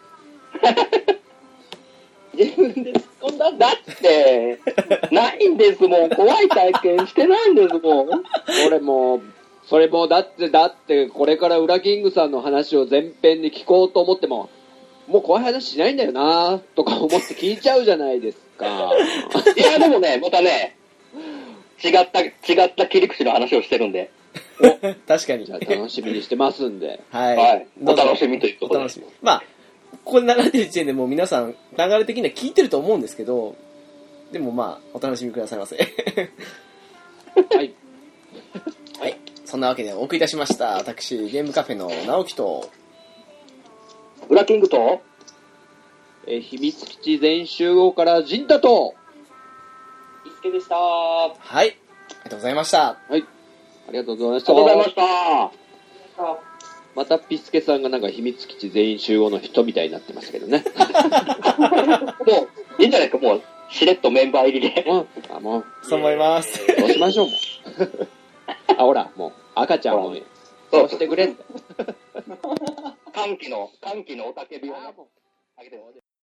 自分で突っ込んだんだって、ないんですもん。怖い体験してないんですもん。 それもう、それもうだってだってこれからウラキングさんの話を前編に聞こうと思っても、もう怖い話しないんだよなとか思って聞いちゃうじゃないですか。 いや、でもね、またね、違った、違った切り口の話をしてるんで。 確かに。 じゃあ楽しみにしてますんで。 はい。 はい。 どうぞお楽しみということで。 お楽しみ。まあ、ここで流れてる時点でもう皆さん、流れ的には聞いてると思うんですけど、でもまあ、お楽しみくださいませ。 はい。 はい。そんなわけでお送りいたしました。私、ゲームカフェの直樹と、 ウラキングと、 えー秘密基地全集合から陣太と、 いすけでした。 はい。ありがとうございました。 ありがとうございましあた。 りがとうございました。 またピスケさんがなんか秘密基地全員集合の人みたいになってますけどね。 もう、いいんじゃないですか、もう、しれっとメンバー入りで。 もう、あ、もう、 そう思います。 どうしましょう、もう。あ、ほら、もう、赤ちゃんも、そうしてくれって。 歓喜の、歓喜の雄たけびをね、あげてます。